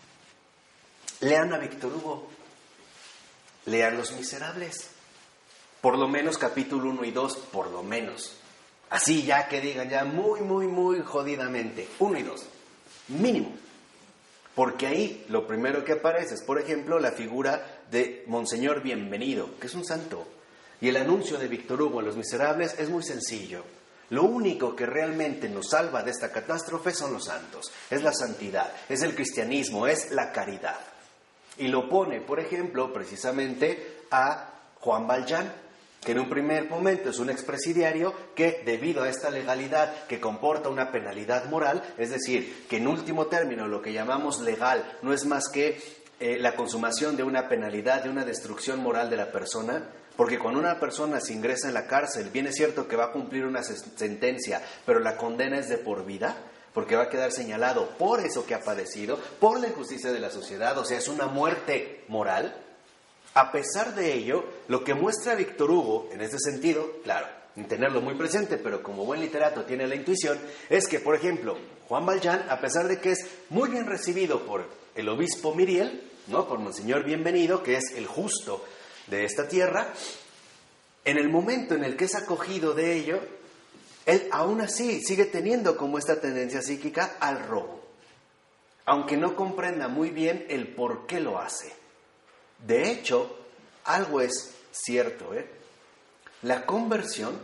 Lean a Víctor Hugo. Lean Los Miserables. Por lo menos capítulo 1 y 2, por lo menos. Así ya que digan ya muy jodidamente. 1 y 2. Mínimo. Porque ahí lo primero que aparece es, por ejemplo, la figura de Monseñor Bienvenido, que es un santo. Y el anuncio de Víctor Hugo en Los Miserables es muy sencillo. Lo único que realmente nos salva de esta catástrofe son los santos. Es la santidad, es el cristianismo, es la caridad. Y lo pone, por ejemplo, precisamente a Juan Valjean, que en un primer momento es un expresidiario que, debido a esta legalidad que comporta una penalidad moral, es decir, que en último término lo que llamamos legal no es más que la consumación de una penalidad, de una destrucción moral de la persona, porque cuando una persona se ingresa en la cárcel, bien es cierto que va a cumplir una sentencia, pero la condena es de por vida, porque va a quedar señalado por eso que ha padecido, por la injusticia de la sociedad, o sea, es una muerte moral. A pesar de ello, lo que muestra Víctor Hugo, en este sentido, claro, sin tenerlo muy presente, pero como buen literato tiene la intuición, es que, por ejemplo, Juan Valjean, a pesar de que es muy bien recibido por el obispo Myriel, ¿no?, por Monseñor Bienvenido, que es el justo de esta tierra, en el momento en el que es acogido de ello, él aún así sigue teniendo como esta tendencia psíquica al robo, aunque no comprenda muy bien el por qué lo hace. De hecho, algo es cierto, La conversión,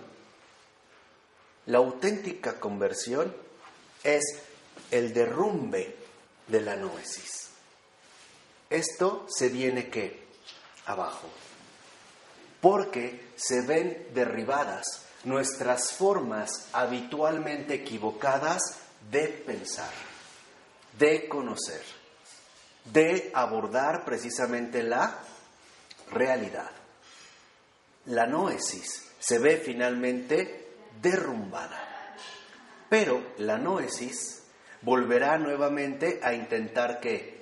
la auténtica conversión, es el derrumbe de la noesis. Esto se viene, ¿qué? Abajo. Porque se ven derribadas nuestras formas habitualmente equivocadas de pensar, de conocer, de abordar precisamente la realidad. La noesis se ve finalmente derrumbada, pero la noesis volverá nuevamente a intentar ¿qué?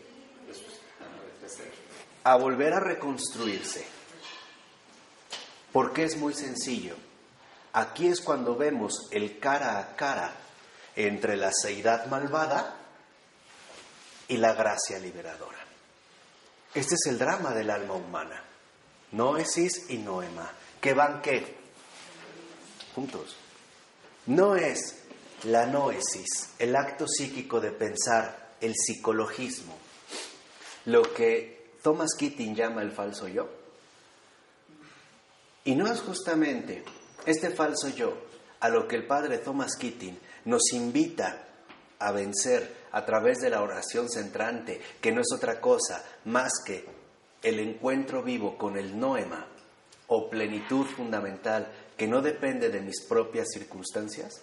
A volver a reconstruirse. Porque es muy sencillo. Aquí es cuando vemos el cara a cara entre la seidad malvada y la gracia liberadora. Este es el drama del alma humana. Noesis y noema. ¿Que van qué? Juntos. No es la noesis, el acto psíquico de pensar, el psicologismo, lo que Thomas Keating llama el falso yo. Y no es justamente este falso yo a lo que el padre Thomas Keating nos invita a vencer a través de la oración centrante, que no es otra cosa más que el encuentro vivo con el noema, o plenitud fundamental, que no depende de mis propias circunstancias.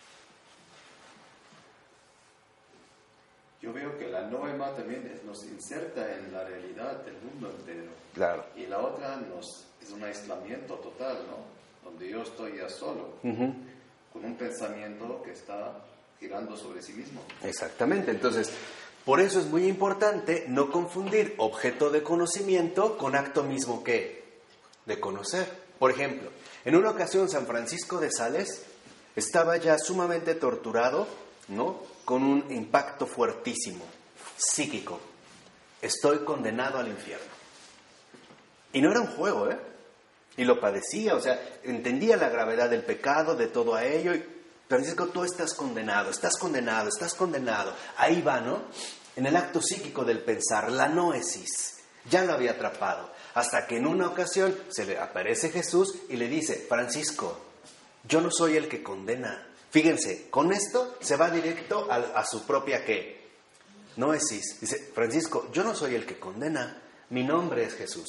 Yo veo que la noema también nos inserta en la realidad del mundo entero. Claro. Y la otra es un aislamiento total, ¿no? Donde yo estoy ya solo, con un pensamiento que está girando sobre sí mismo. Exactamente. Entonces, por eso es muy importante no confundir objeto de conocimiento con acto mismo que de conocer. Por ejemplo, en una ocasión San Francisco de Sales estaba ya sumamente torturado, ¿no?, con un impacto fuertísimo, psíquico. Estoy condenado al infierno. Y no era un juego, Y lo padecía, o sea, entendía la gravedad del pecado, de todo a ello. Y Francisco, tú estás condenado, estás condenado, estás condenado. Ahí va, ¿no? En el acto psíquico del pensar, la noesis. Ya lo había atrapado. Hasta que en una ocasión se le aparece Jesús y le dice, Francisco, yo no soy el que condena. Fíjense, con esto se va directo a su propia ¿qué? Noesis. Dice, Francisco, yo no soy el que condena, mi nombre es Jesús.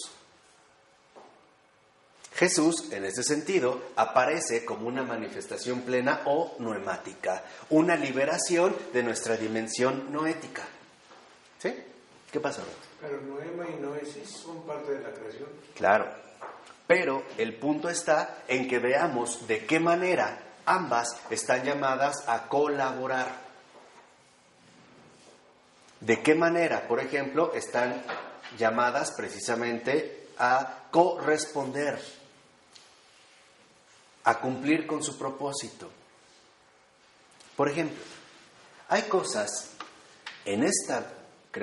Jesús, en este sentido, aparece como una manifestación plena o noemática, una liberación de nuestra dimensión noética. ¿Sí? ¿Qué pasa? Pero noema y noesis son parte de la creación. Claro, pero el punto está en que veamos de qué manera ambas están llamadas a colaborar. ¿De qué manera, por ejemplo, están llamadas precisamente a corresponder, a cumplir con su propósito? Por ejemplo, hay cosas en esta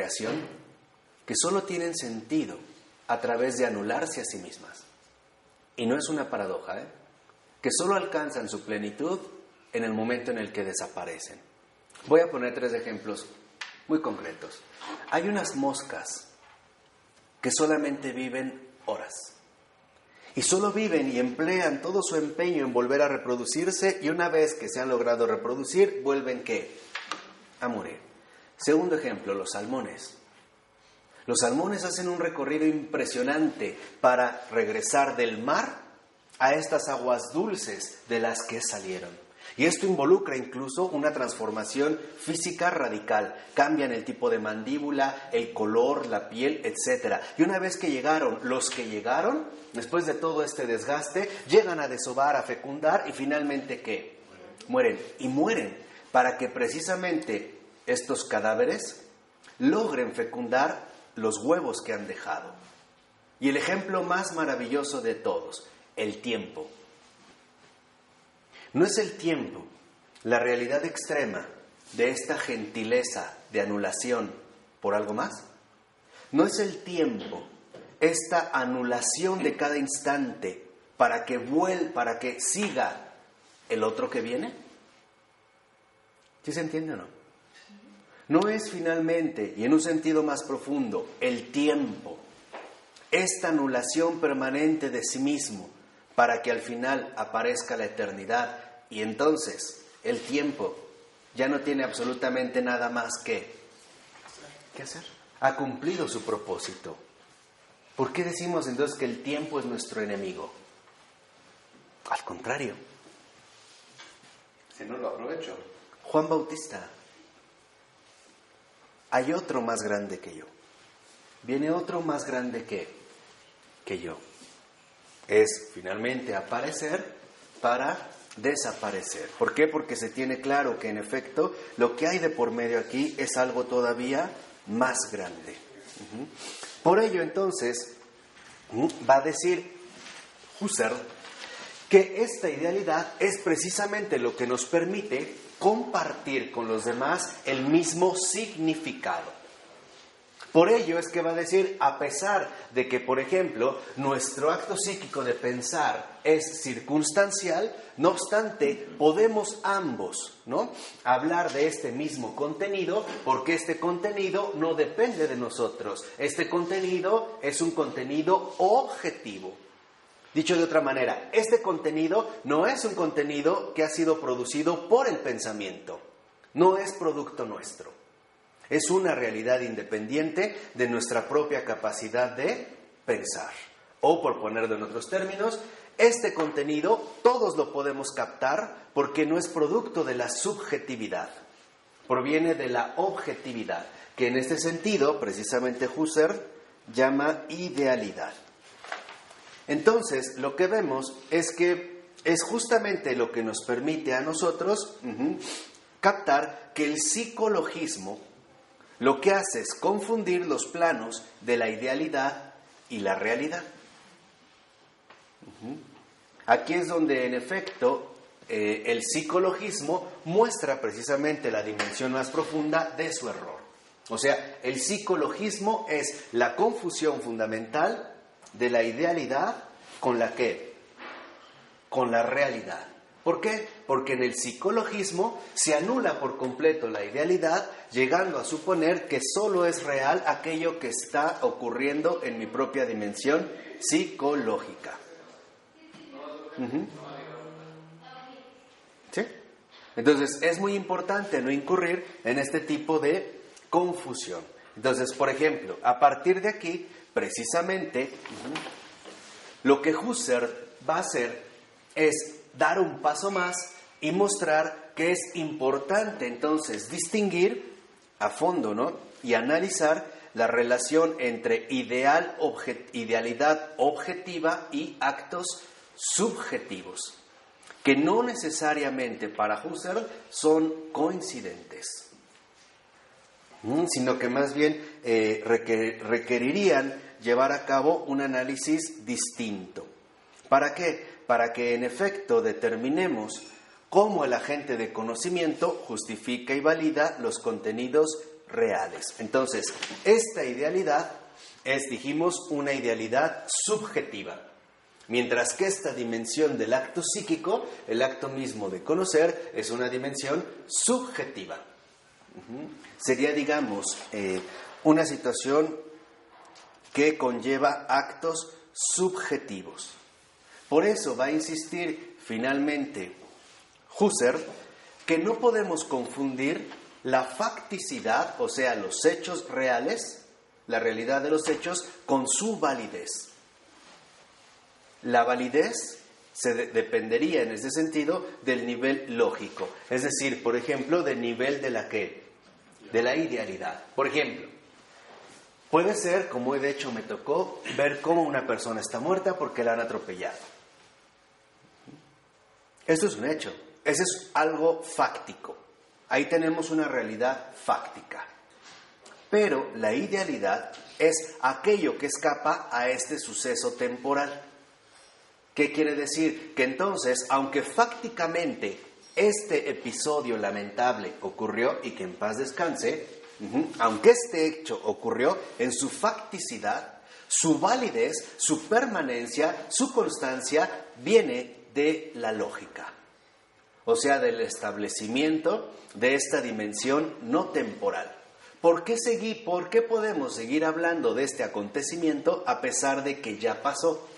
creación que solo tienen sentido a través de anularse a sí mismas. y no es una paradoja, que solo alcanzan su plenitud en el momento en el que desaparecen. Voy a poner 3 ejemplos muy concretos. Hay unas moscas que solamente viven horas. Y solo viven y emplean todo su empeño en volver a reproducirse, y una vez que se han logrado reproducir, vuelven ¿qué? A morir. Segundo ejemplo, los salmones. Los salmones hacen un recorrido impresionante para regresar del mar a estas aguas dulces de las que salieron. Y esto involucra incluso una transformación física radical. Cambian el tipo de mandíbula, el color, la piel, etc. Y una vez que llegaron, los que llegaron, después de todo este desgaste, llegan a desovar, a fecundar y finalmente ¿qué? Mueren. Y mueren para que precisamente estos cadáveres logren fecundar los huevos que han dejado. Y el ejemplo más maravilloso de todos, el tiempo. ¿No es el tiempo la realidad extrema de esta gentileza de anulación por algo más? ¿No es el tiempo esta anulación de cada instante para que siga el otro que viene? ¿Sí se entiende o no? ¿No es finalmente, y en un sentido más profundo, el tiempo, esta anulación permanente de sí mismo para que al final aparezca la eternidad, y entonces el tiempo ya no tiene absolutamente nada más que hacer? Ha cumplido su propósito. ¿Por qué decimos entonces que el tiempo es nuestro enemigo? Al contrario. Si no lo aprovecho. Juan Bautista: hay otro más grande que yo. Viene otro más grande que yo. Es finalmente aparecer para desaparecer. ¿Por qué? Porque se tiene claro que en efecto lo que hay de por medio aquí es algo todavía más grande. Por ello entonces va a decir Husserl que esta idealidad es precisamente lo que nos permite compartir con los demás el mismo significado. Por ello es que va a decir, a pesar de que, por ejemplo, nuestro acto psíquico de pensar es circunstancial, no obstante, podemos ambos, ¿no?, hablar de este mismo contenido, porque este contenido no depende de nosotros. Este contenido es un contenido objetivo. Dicho de otra manera, este contenido no es un contenido que ha sido producido por el pensamiento, no es producto nuestro. Es una realidad independiente de nuestra propia capacidad de pensar. O, por ponerlo en otros términos, este contenido todos lo podemos captar porque no es producto de la subjetividad. Proviene de la objetividad, que en este sentido, precisamente Husserl llama idealidad. Entonces, lo que vemos es que es justamente lo que nos permite a nosotros captar que el psicologismo lo que hace es confundir los planos de la idealidad y la realidad. Aquí es donde, en efecto, el psicologismo muestra precisamente la dimensión más profunda de su error. O sea, el psicologismo es la confusión fundamental de la idealidad con la ¿qué? Con la realidad. ¿Por qué? Porque en el psicologismo se anula por completo la idealidad, llegando a suponer que solo es real aquello que está ocurriendo en mi propia dimensión psicológica. ¿Sí? Entonces, es muy importante no incurrir en este tipo de confusión. Entonces, por ejemplo, a partir de aquí, precisamente, lo que Husserl va a hacer es dar un paso más y mostrar que es importante entonces distinguir a fondo, ¿no?, y analizar la relación entre idealidad objetiva y actos subjetivos, que no necesariamente para Husserl son coincidentes, sino que más bien requerirían llevar a cabo un análisis distinto. ¿Para qué? Para que en efecto determinemos cómo el agente de conocimiento justifica y valida los contenidos reales. Entonces, esta idealidad es, dijimos, una idealidad subjetiva. Mientras que esta dimensión del acto psíquico, el acto mismo de conocer, es una dimensión subjetiva. Sería, digamos, una situación que conlleva actos subjetivos. Por eso va a insistir finalmente Husserl que no podemos confundir la facticidad, o sea, los hechos reales, la realidad de los hechos, con su validez. La validez dependería en ese sentido del nivel lógico, es decir, por ejemplo, del nivel de la ¿qué? De la idealidad. Por ejemplo, puede ser, como de hecho me tocó, ver cómo una persona está muerta porque la han atropellado. Esto es un hecho, ese es algo fáctico. Ahí tenemos una realidad fáctica. Pero la idealidad es aquello que escapa a este suceso temporal. ¿Qué quiere decir? Que entonces, aunque fácticamente este episodio lamentable ocurrió y que en paz descanse, aunque este hecho ocurrió, en su facticidad, su validez, su permanencia, su constancia viene de la lógica. O sea, del establecimiento de esta dimensión no temporal. ¿Por qué podemos seguir hablando de este acontecimiento a pesar de que ya pasó?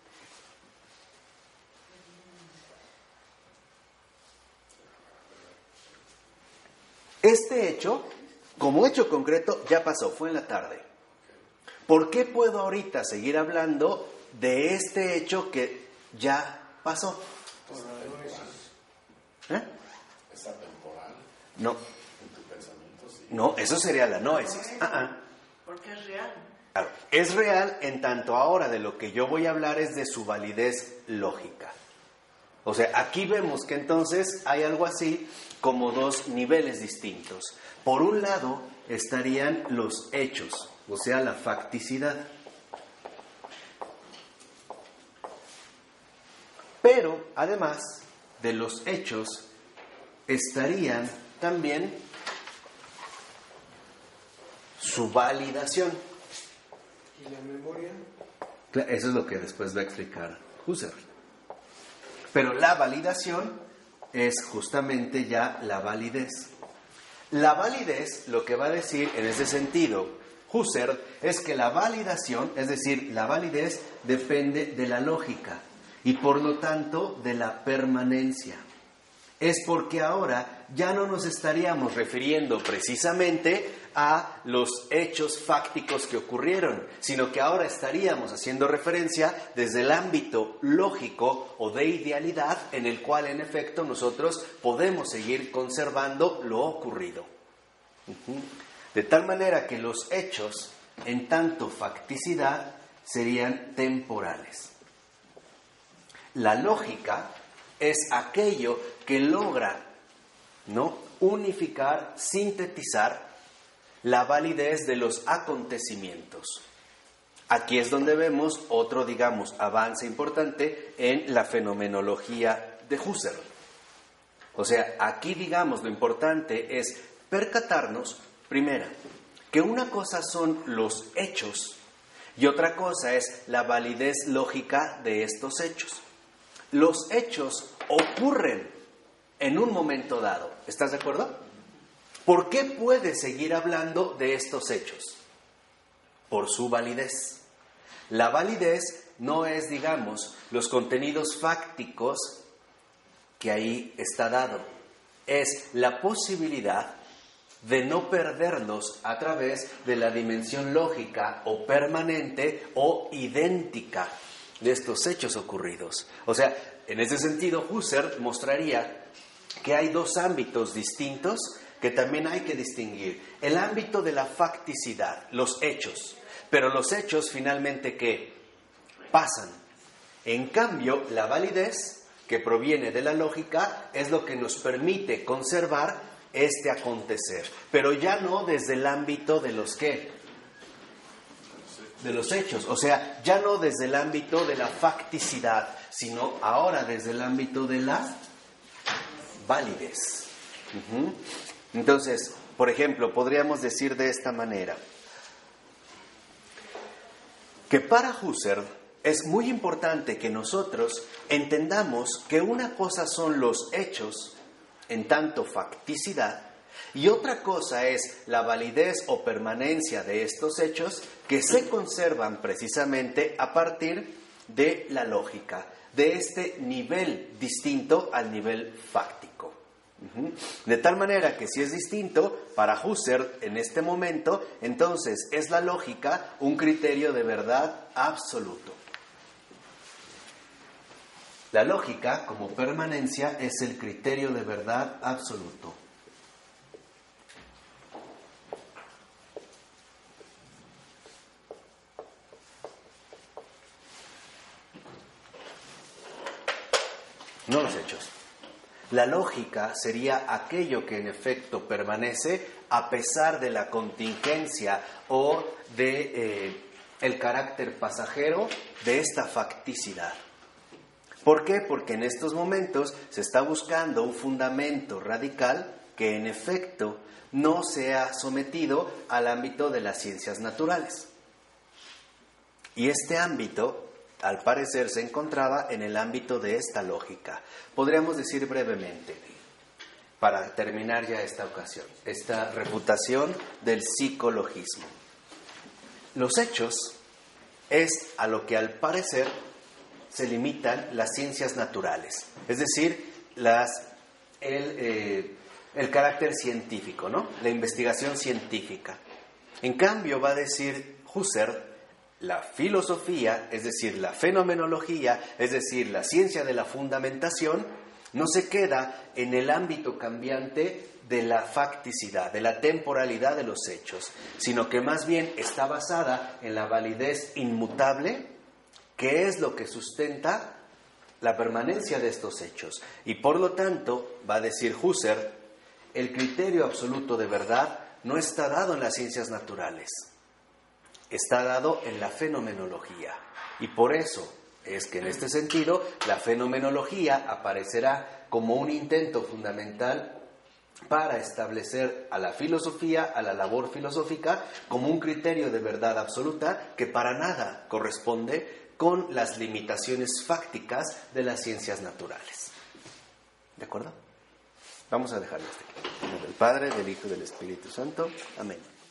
Este hecho, como hecho concreto, ya pasó, fue en la tarde. ¿Por qué puedo ahorita seguir hablando de este hecho que ya pasó? ¿Es atemporal? No. ¿En tu pensamiento sí? No, eso sería la noesis. Porque es real. Claro, es real en tanto ahora de lo que yo voy a hablar es de su validez lógica. O sea, aquí vemos que entonces hay algo así como dos niveles distintos. Por un lado estarían los hechos, o sea, la facticidad. Pero, además de los hechos, estarían también su validación. ¿Y la memoria? Eso es lo que después va a explicar Husserl. Pero la validación es justamente ya la validez. La validez, lo que va a decir en ese sentido Husserl, es que la validación, es decir, la validez, depende de la lógica y por lo tanto de la permanencia. Es porque ahora ya no nos estaríamos refiriendo precisamente a los hechos fácticos que ocurrieron, sino que ahora estaríamos haciendo referencia desde el ámbito lógico o de idealidad en el cual en efecto nosotros podemos seguir conservando lo ocurrido. De tal manera que los hechos, en tanto facticidad, serían temporales. La lógica es aquello que logra, ¿no?, unificar, sintetizar la validez de los acontecimientos. Aquí es donde vemos otro, digamos, avance importante en la fenomenología de Husserl. O sea, aquí, digamos, lo importante es percatarnos, primera, que una cosa son los hechos y otra cosa es la validez lógica de estos hechos. Los hechos ocurren en un momento dado. ¿Estás de acuerdo? ¿Por qué puedes seguir hablando de estos hechos? Por su validez. La validez no es, digamos, los contenidos fácticos que ahí está dado. Es la posibilidad de no perderlos a través de la dimensión lógica o permanente o idéntica de estos hechos ocurridos. O sea, en ese sentido, Husserl mostraría que hay dos ámbitos distintos que también hay que distinguir. El ámbito de la facticidad, los hechos. Pero los hechos finalmente, ¿qué? Pasan. En cambio, la validez, que proviene de la lógica, es lo que nos permite conservar este acontecer. Pero ya no desde el ámbito de los ¿qué? De los hechos. O sea, ya no desde el ámbito de la facticidad, sino ahora desde el ámbito de la validez. Entonces, por ejemplo, podríamos decir de esta manera que para Husserl es muy importante que nosotros entendamos que una cosa son los hechos, en tanto facticidad, y otra cosa es la validez o permanencia de estos hechos que se conservan precisamente a partir de la lógica, de este nivel distinto al nivel fáctico. De tal manera que si es distinto, para Husserl en este momento, entonces es la lógica un criterio de verdad absoluto. La lógica, como permanencia, es el criterio de verdad absoluto. No los hechos. La lógica sería aquello que en efecto permanece a pesar de la contingencia o de el carácter pasajero de esta facticidad. ¿Por qué? Porque en estos momentos se está buscando un fundamento radical que en efecto no sea sometido al ámbito de las ciencias naturales. Y este ámbito, al parecer, se encontraba en el ámbito de esta lógica. Podríamos decir brevemente, para terminar ya esta ocasión, esta refutación del psicologismo. Los hechos es a lo que al parecer se limitan las ciencias naturales, es decir, el carácter científico, ¿no? La investigación científica. En cambio, va a decir Husserl, la filosofía, es decir, la fenomenología, es decir, la ciencia de la fundamentación, no se queda en el ámbito cambiante de la facticidad, de la temporalidad de los hechos, sino que más bien está basada en la validez inmutable, que es lo que sustenta la permanencia de estos hechos. Y por lo tanto, va a decir Husserl, el criterio absoluto de verdad no está dado en las ciencias naturales, está dado en la fenomenología. Y por eso es que en este sentido la fenomenología aparecerá como un intento fundamental para establecer a la filosofía, a la labor filosófica, como un criterio de verdad absoluta que para nada corresponde con las limitaciones fácticas de las ciencias naturales. ¿De acuerdo? Vamos a dejarlo hasta aquí. En nombre del Padre, del Hijo y del Espíritu Santo. Amén.